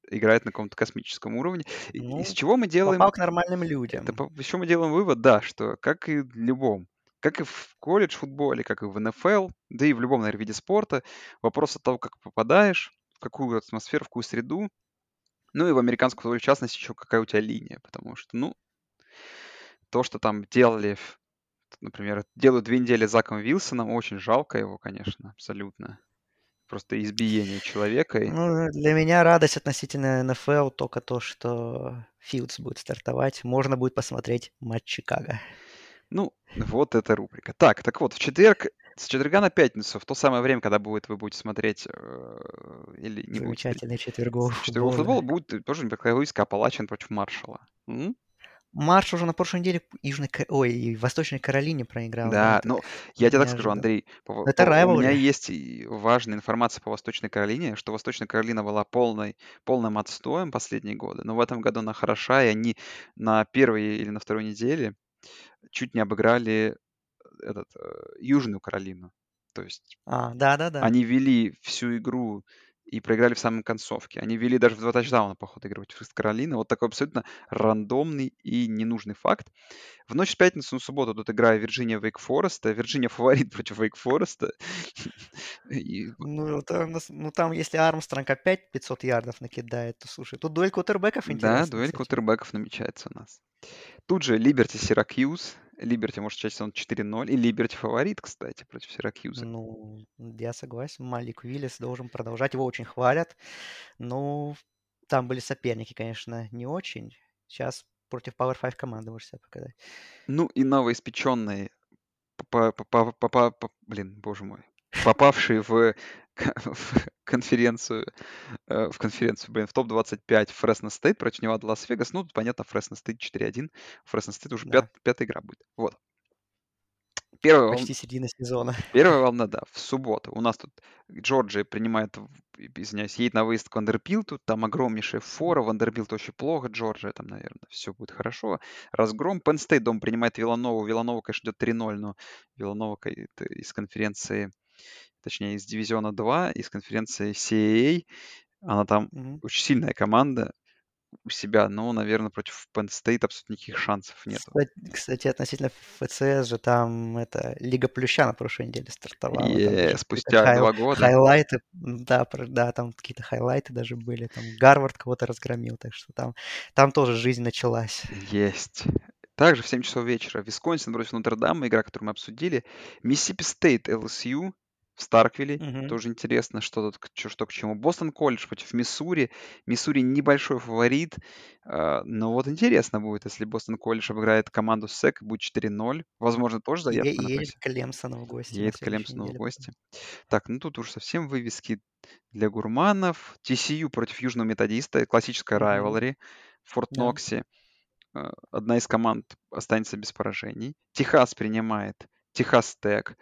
S1: играет на каком-то космическом уровне. И- Из
S2: Ну,
S1: чего мы делаем
S2: попал к нормальным
S1: это
S2: людям.
S1: по из чего мы делаем вывод, да, что как и в любом, как и в колледж-футболе, как и в эн эф эл, да и в любом, наверно, виде спорта, вопрос от того, как попадаешь, в какую атмосферу, в какую среду, ну и в американском футболе, в частности, еще какая у тебя линия. Потому что, ну, то, что там делали, ф например, делают две недели с Заком Вилсоном, очень жалко его, конечно, абсолютно. Просто избиение человека и
S2: Ну, для меня радость относительно эн эф эл только то, что Филдс будет стартовать. Можно будет посмотреть матч Чикаго.
S1: Ну, вот эта рубрика. Так, так вот, в четверг, с четверга на пятницу, в то самое время, когда будет, вы будете смотреть, э, или не будете смотреть,
S2: Замечательный четверговый
S1: с четверговой
S2: футбол, да.
S1: футбол, будет тоже Луиско Апалачин против Маршалла. М?
S2: Марш уже на прошлой неделе Южной Ка ой, Восточной Каролине проиграл, да,
S1: Да,
S2: так
S1: ну, я тебе так скажу,
S2: неожиданно.
S1: Андрей, по-
S2: Это
S1: по- у меня
S2: райволри.
S1: есть и важная информация по Восточной Каролине, что Восточная Каролина была полной, полным отстоем последние годы, но в этом году она хороша, и они на первой или на второй неделе чуть не обыграли этот, э, Южную Каролину. То есть
S2: А, да-да-да.
S1: они вели всю игру и проиграли в самой концовке. Они вели даже в два тачдауна по ходу игры против Каролины. Вот такой абсолютно рандомный и ненужный факт. В ночь с пятницы на субботу тут игра Вирджиния Вейк Фореста. Вирджиния фаворит против Вейк Фореста. И
S2: Ну, там, нас- ну, там, если Армстронг опять пятьсот ярдов накидает, то, слушай, тут дуэль квотербеков
S1: да,
S2: интересная,
S1: дуэль
S2: кстати.
S1: квотербеков намечается у нас. Тут же Либерти Сиракьюз. Либерти может считать, что он четыре ноль. И Либерти фаворит, кстати, против Сиракьюза.
S2: Ну, я согласен, Малик Уиллис должен продолжать, его очень хвалят. Ну, там были соперники, конечно, не очень. Сейчас против Power пять команды можешь себя показать.
S1: Ну и новоиспеченный Попа попа попа поп блин, боже мой, попавший в ка в конференцию, э, в конференцию, блин, в топ двадцать пять Фресно Стейт против Невада Лас-Вегас. Ну, тут понятно, Фресно Стейт четыре один. Фресно Стейт уже пят
S2: Да,
S1: пятая игра будет. Вот. Первая волн
S2: почти середина сезона.
S1: первая волна, да, в субботу. У нас тут Джорджия принимает, в извиняюсь, едет на выезд к Вандербилту. Там огромнейшая фора. Вандербилт очень плохо. Джорджия там, наверное, все будет хорошо. Разгром. Penn State дома принимает Виланову. Виланова, конечно, идет три ноль, но Виланова ка- это из конференции, точнее, из дивизиона два, из конференции си эй эй. Она там
S2: Мгм.
S1: очень сильная команда у себя, но, наверное, против Penn State абсолютно никаких шансов нету.
S2: Кстати, кстати, относительно эф си эс же там это Лига Плюща на прошлой неделе стартовала. Там
S1: И
S2: даже какие-то
S1: спустя
S2: хайл-
S1: два года.
S2: хайлайты, м, да, про- да, там какие-то хайлайты даже были. Там Гарвард кого-то разгромил, так что там, там тоже жизнь началась.
S1: Есть. Также в семь часов вечера Висконсин против Нотр-Дама, игра, которую мы обсудили. Миссисипи Стейт, эл эс ю в Старквилле.
S2: Мгм.
S1: Тоже интересно, что тут, к- чё- что к чему. Бостон Колледж против Миссури. Миссури небольшой фаворит. а, Но вот интересно будет, если Бостон Колледж обыграет команду сек, будет четыре ноль. Возможно, тоже
S2: И, е-
S1: заявка
S2: и
S1: на
S2: едет
S1: профи.
S2: к Клемсону в гости на
S1: Едет к
S2: следующей
S1: Клемсону в
S2: неделе.
S1: гости. Так, ну тут уже совсем вывески для гурманов. ти си ю против Южного Методиста. Классическая
S2: Мгм.
S1: райвелри в Форт
S2: Да,
S1: Ноксе. э, одна из команд останется без поражений. Техас принимает Техас Тек.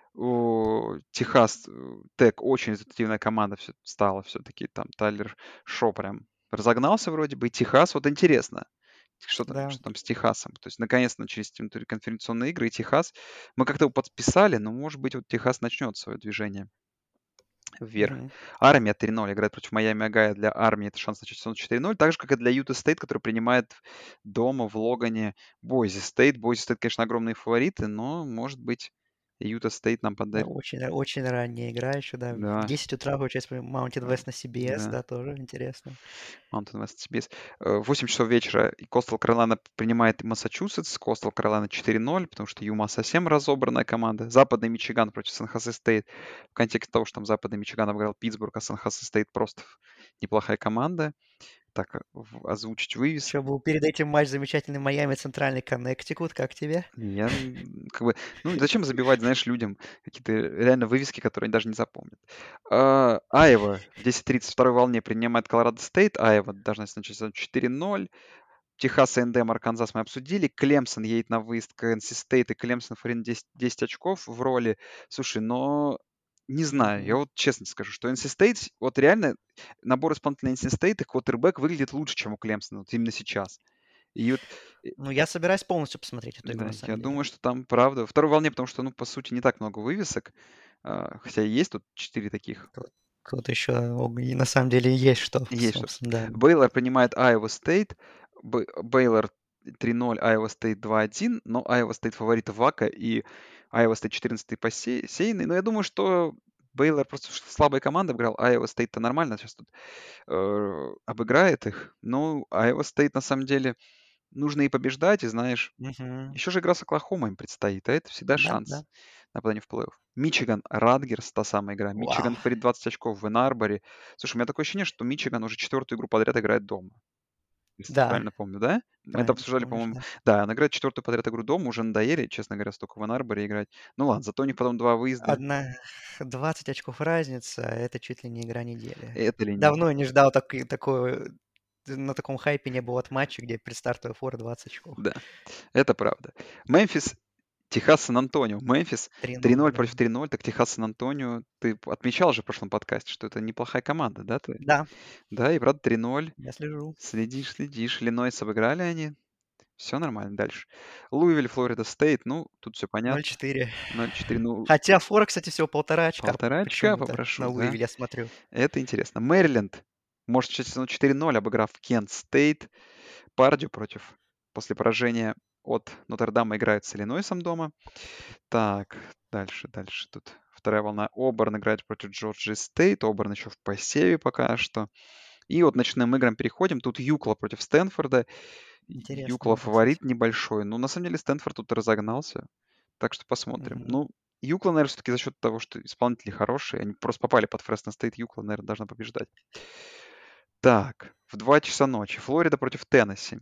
S1: У Техас э, Тек очень результативная команда всё- стала все-таки. Там Тайлер Шо прям разогнался вроде бы. И Техас, вот интересно, что там,
S2: да.
S1: что там с Техасом. То есть наконец-то начались территории конференционные игры, и Техас, мы как-то его подписали, но может быть вот Техас начнет свое движение вверх.
S2: Мгм.
S1: Армия три ноль играет против Майами Агая. Для Армии это шанс начать сезон четыре ноль. Так же, как и для Юта Стейт, который принимает дома в Логане Бойзи Стейт. Бойзи Стейт, конечно, огромные фавориты, но, может быть, Юта Стейт нам
S2: Да,
S1: подарит.
S2: очень, ра- очень ранняя игра еще, да. В
S1: Да,
S2: десять утра, получается, Mountain
S1: э,
S2: West на си би эс,
S1: да.
S2: да, тоже интересно.
S1: Mountain West си би эс. Э, В восемь часов вечера и Coastal Carolina принимает Массачусетс. Coastal Carolina четыре ноль, потому что Юма совсем разобранная команда. Западный Мичиган против Сан-Хосе Стейт. В контексте того, что там Западный Мичиган обыграл Питтсбург, а Сан-Хосе Стейт просто неплохая команда. Так, э, в- озвучить
S2: Еще
S1: вывески.
S2: был перед этим матч замечательный Майами Центральный Коннектикут, как тебе?
S1: Я, м, как бы, ну, зачем забивать, знаешь, людям какие-то реально вывески, которые они даже не запомнят. А, Айва в десять тридцать второй волне принимает Колорадо Стейт. Айва должна начать четыре ноль. Техас A and M, Арканзас мы обсудили. Клемсон едет на выезд к эн си Стейт, и Клемсон фаворит десять, десять очков в роли. Слушай, но не знаю, я
S2: Мгм.
S1: вот честно скажу, что эн си Стейт, вот реально набор исполнителей эн си Стейт и квотербек выглядит лучше, чем у Клемсона, вот именно сейчас. И вот
S2: Ну, я собираюсь полностью посмотреть эту игру,
S1: да,
S2: на
S1: я
S2: самом деле.
S1: думаю, что там правда. Во второй волне, потому что, ну, по сути, не так много вывесок. а, Хотя и есть тут четыре таких.
S2: Тут еще ог и на самом деле есть что,
S1: Есть что.
S2: собственно, да.
S1: Бейлор принимает Iowa State. Б Бейлор три ноль, Iowa State два один, но Iowa State фаворит в ВАКа, и Iowa State четырнадцатый посе сеянный. Но я думаю, что Бейлор просто ш слабая команда обыграл. Iowa State-то нормально сейчас тут, э, обыграет их. Ну, Iowa State на самом деле нужно и побеждать, и знаешь,
S2: Мгм.
S1: еще же игра с Оклахомой им предстоит, а это всегда
S2: Да, да.
S1: шанс на попадание в плей-офф. Мичиган, Радгерс, та самая игра.
S2: Вау,
S1: Мичиган фаворит двадцать очков в Энн-Арборе. Слушай, у меня такое ощущение, что Мичиган уже четвертую игру подряд играет дома. Если
S2: да,
S1: правильно помню, да? Мы это
S2: правильно
S1: обсуждали,
S2: помнишь,
S1: по-моему.
S2: да.
S1: Да, она играет четвертую подряд игру дома, уже надоели, честно говоря, столько в Энн-Арборе играть. Ну ладно, зато у них потом два выезда.
S2: Одна двадцать очков разница — это чуть ли не игра недели.
S1: Это ли не...
S2: Давно не ждал таки такой на таком хайпе не было от матча, где предстартовая фора двадцать очков.
S1: Да, это правда. Мемфис, Техас, Сан-Антонио. Мемфис
S2: три
S1: три
S2: ноль,
S1: ноль
S2: да.
S1: против три ноль, так Техас, Сан-Антонио. Ты п- отмечал же в прошлом подкасте, что это неплохая команда, да, твоя?
S2: Да,
S1: Да, и правда три ноль.
S2: я слежу.
S1: Следишь, следишь. Иллинойс обыграли они. Все нормально. Дальше. Луивиль, Флорида Стейт. Ну, тут все понятно.
S2: ноль четыре.
S1: ноль четыре. Ну,
S2: Хотя фора, кстати, всего полтора очка
S1: полтора очка
S2: почему-то
S1: попрошу,
S2: на
S1: да.
S2: Луивиль, я смотрю.
S1: Это интересно. Мэриленд. Может, сейчас ну, четыре ноль, обыграв Кент Стейт. Пардию против. После поражения от Нотр-Дама играет с Иллинойсом дома. Так, дальше, дальше. Тут вторая волна. Оберн играет против Джорджии Стейт. Оберн еще в посеве пока что. И вот ночным играм переходим. Тут Юкла против Стэнфорда.
S2: Интересная
S1: Юкла
S2: игра, кстати.
S1: фаворит небольшой. Ну, на самом деле, Стэнфорд тут разогнался. Так что посмотрим.
S2: Мгм.
S1: Ну, Юкла, наверное, все-таки за счет того, что исполнители хорошие. Они просто попали под Фресно Стейт. Юкла, наверное, должна побеждать. Так, в два часа ночи. Флорида против Теннесси.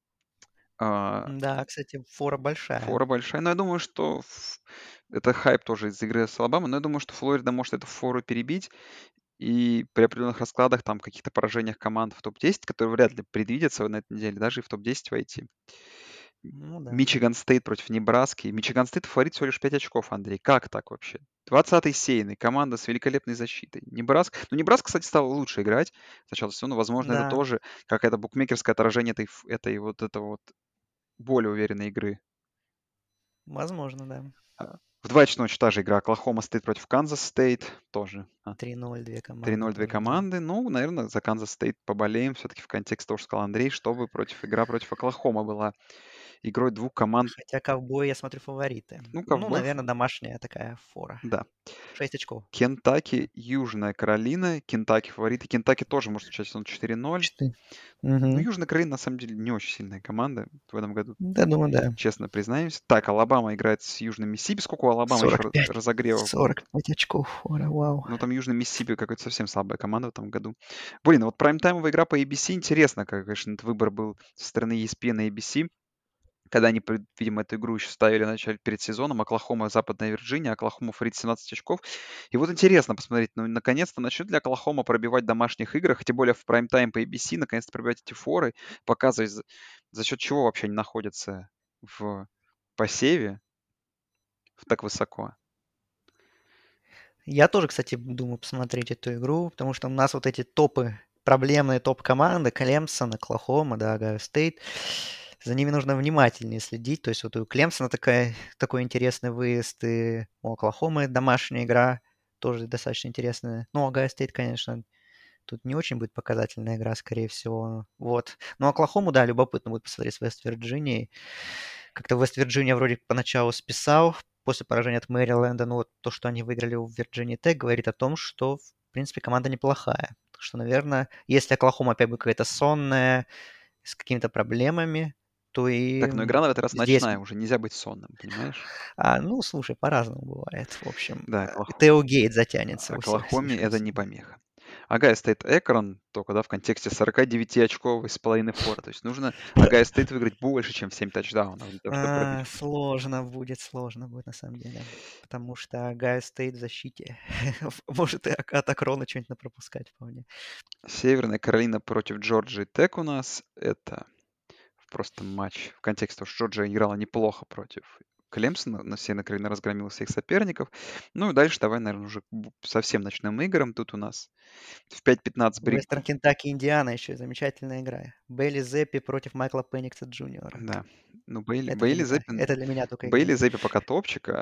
S1: А,
S2: Да, кстати, фора большая.
S1: Фора большая. Но я думаю, что ф- это хайп тоже из игры с Алабамой. Но я думаю, что Флорида может эту фору перебить. И при определенных раскладах, там, каких-то поражениях команд в топ десять, которые вряд ли предвидятся на этой неделе, даже и в топ десять войти.
S2: Ну да.
S1: Мичиган Стейт против Небраски. Мичиган Стейт фаворит всего лишь пять очков, Андрей. Как так вообще? двадцатый сейный, команда с великолепной защитой. Небраска. Ну, Небраска, кстати, стала лучше играть с начала сезона. Возможно, это
S2: Да,
S1: тоже какое-то букмекерское отражение этой, ф- этой вот этого вот более уверенной игры.
S2: возможно, да.
S1: А, В два часа ночи та же игра. Оклахома Стейт против Канзас Стейт. Тоже. А,
S2: три ноль, две
S1: три
S2: команды
S1: ноль две
S2: тоже, да.
S1: команды. Ну, наверное, за Канзас Стейт поболеем. Все-таки в контексте того, что сказал Андрей, чтобы против игра против Оклахома была игрой двух команд.
S2: Хотя ковбои, я смотрю, фавориты.
S1: Ну,
S2: Ну,
S1: ковбоев,
S2: наверное, домашняя такая фора.
S1: да.
S2: Шесть очков.
S1: Кентаки, Южная Каролина. Кентаки фавориты. Кентаки тоже может участвовать он четыре ноль.
S2: Четыре.
S1: Ну,
S2: Мгм.
S1: Южная Каролина, на самом деле, не очень сильная команда в этом году,
S2: Да, думаю, да.
S1: честно признаемся. Так, Алабама играет с Южным Миссисипи. Сколько у Алабамы еще
S2: сорок
S1: раз-
S2: пять.
S1: разогревов было?
S2: сорок пять очков фора, вау.
S1: Ну, там Южный Миссисипи какая-то совсем слабая команда в этом году. Блин, а вот прайм-таймовая игра по A B C интересно, как, конечно, этот выбор был со стороны E S P N и A B C. Когда они, пред- видимо, эту игру еще ставили в начале перед сезоном, Оклахома, Западная Вирджиния, Оклахома фаворит семнадцать очков. И вот интересно посмотреть, ну, наконец-то начнет ли Оклахома пробивать в домашних играх, тем более в прайм-тайм по A B C, наконец-то пробивать эти форы, показывать, за, за счет чего вообще они находятся в посеве так высоко.
S2: Я тоже, кстати, думаю посмотреть эту игру, потому что у нас вот эти топы, проблемные топ-команды, Клемсон, Оклахома, да, Огайо Стейт, за ними нужно внимательнее следить. То есть вот у Клемсона такая, такой интересный выезд, и у Оклахомы домашняя игра тоже достаточно интересная. Ну, Огайо Стейт, конечно, тут не очень будет показательная игра, скорее всего. Вот. Но Оклахому, да, любопытно будет посмотреть с Вест-Вирджинией. Как-то Вест-Вирджиния вроде поначалу списал после поражения от Мэриленда, но вот то, что они выиграли у Вирджинии Тек, говорит о том, что, в принципе, команда неплохая. Так что, наверное, если Оклахома опять будет какая-то сонная, с какими-то проблемами, то и
S1: Так, но игра на этот раз
S2: здесь...
S1: ночная, уже нельзя быть сонным, понимаешь?
S2: А, ну, слушай, по-разному бывает. В общем,
S1: Да,
S2: э,
S1: Оклах-
S2: Тейлгейт затянется у всех
S1: Оклахоме
S2: слишком
S1: это не
S2: сильно.
S1: помеха. Агайо Стейт Экрон только, да, в контексте сорок девять очковой с половиной фора. То есть нужно Агайо Стейт выиграть больше, чем в семь тачдаунов для того, чтобы пробить.
S2: А, сложно будет, сложно будет на самом деле. Потому что Гайо Стейт в защите. Может и от от Акрона что-нибудь напропускать вполне.
S1: Северная Каролина против Джорджии Тек у нас. Это просто матч в контексте того, что Джорджия играла неплохо против Клемсона, но Северная Каролина разгромила всех соперников. Ну и дальше давай, наверное, уже к бу- совсем ночным играм. Тут у нас в пять пятнадцать Брик...
S2: Вестерн Кентаки, Индиана еще замечательная игра. Белли Зеппи против Майкла Пенникса Джуниора.
S1: Да, ну Бейли,
S2: Это для
S1: Бейли
S2: меня,
S1: Зеппин,
S2: это для меня только
S1: Бейли
S2: игра.
S1: Зеппи пока топчик, а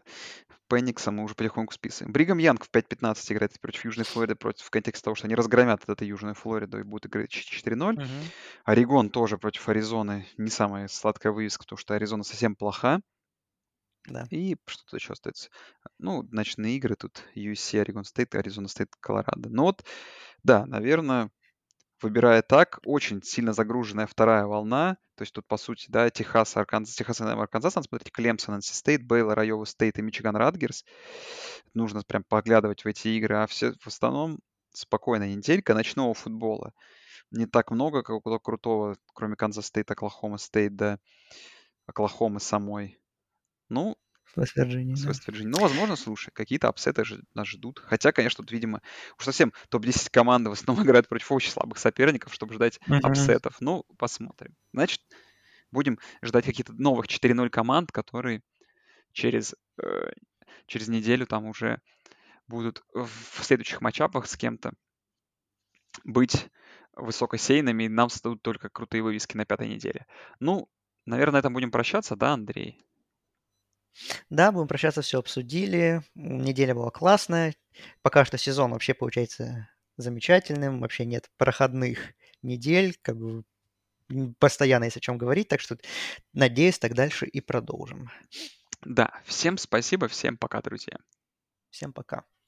S1: Пенникса мы уже потихоньку списываем. Бригам Янг в пять пятнадцать играет против Южной Флориды, против в контексте того, что они разгромят эту Южную Флориду и будут играть четыре ноль.
S2: Мгм.
S1: Орегон тоже против Аризоны. Не самая сладкая вывеска, потому что Аризона совсем плоха.
S2: Да.
S1: И что тут еще остается? Ну, ночные игры тут ю эс си, Орегон Стейт, Аризона Стейт, Колорадо. Ну вот, да, наверное, выбирая так, очень сильно загруженная вторая волна. То есть тут, по сути, да, Техас, Арканзас, Техас, и Арканзас, надо смотреть Клемсон, Нси Стейт, Бейлор, Айова Стейт и Мичиган Радгерс. Нужно прям поглядывать в эти игры, а все в основном спокойная неделька ночного футбола. Не так много какого-то крутого, кроме Канзас Стейт, Оклахома Стейт, да, Оклахомы самой. Ну,
S2: Вест-Вирджиния,
S1: с
S2: да.
S1: Вест-Вирджинией. Ну, возможно, слушай, какие-то апсеты ж- нас ждут. Хотя, конечно, тут, видимо, уж совсем топ десять команды в основном играют против очень слабых соперников, чтобы ждать
S2: Мгм.
S1: апсетов. Ну, посмотрим. Значит, будем ждать каких-то новых четыре ноль команд, которые через, э, через неделю там уже будут в следующих матчапах с кем-то быть высокосейными, и нам создадут только крутые вывески на пятой неделе. Ну, наверное, на этом будем прощаться, да, Андрей?
S2: Да, будем прощаться, все обсудили. М, Неделя была классная. Пока что сезон вообще получается замечательным. Вообще нет проходных недель. Как бы м, постоянно есть о чем говорить. Так что, надеюсь, так дальше и продолжим.
S1: Да, всем спасибо, всем пока, друзья.
S2: Всем пока.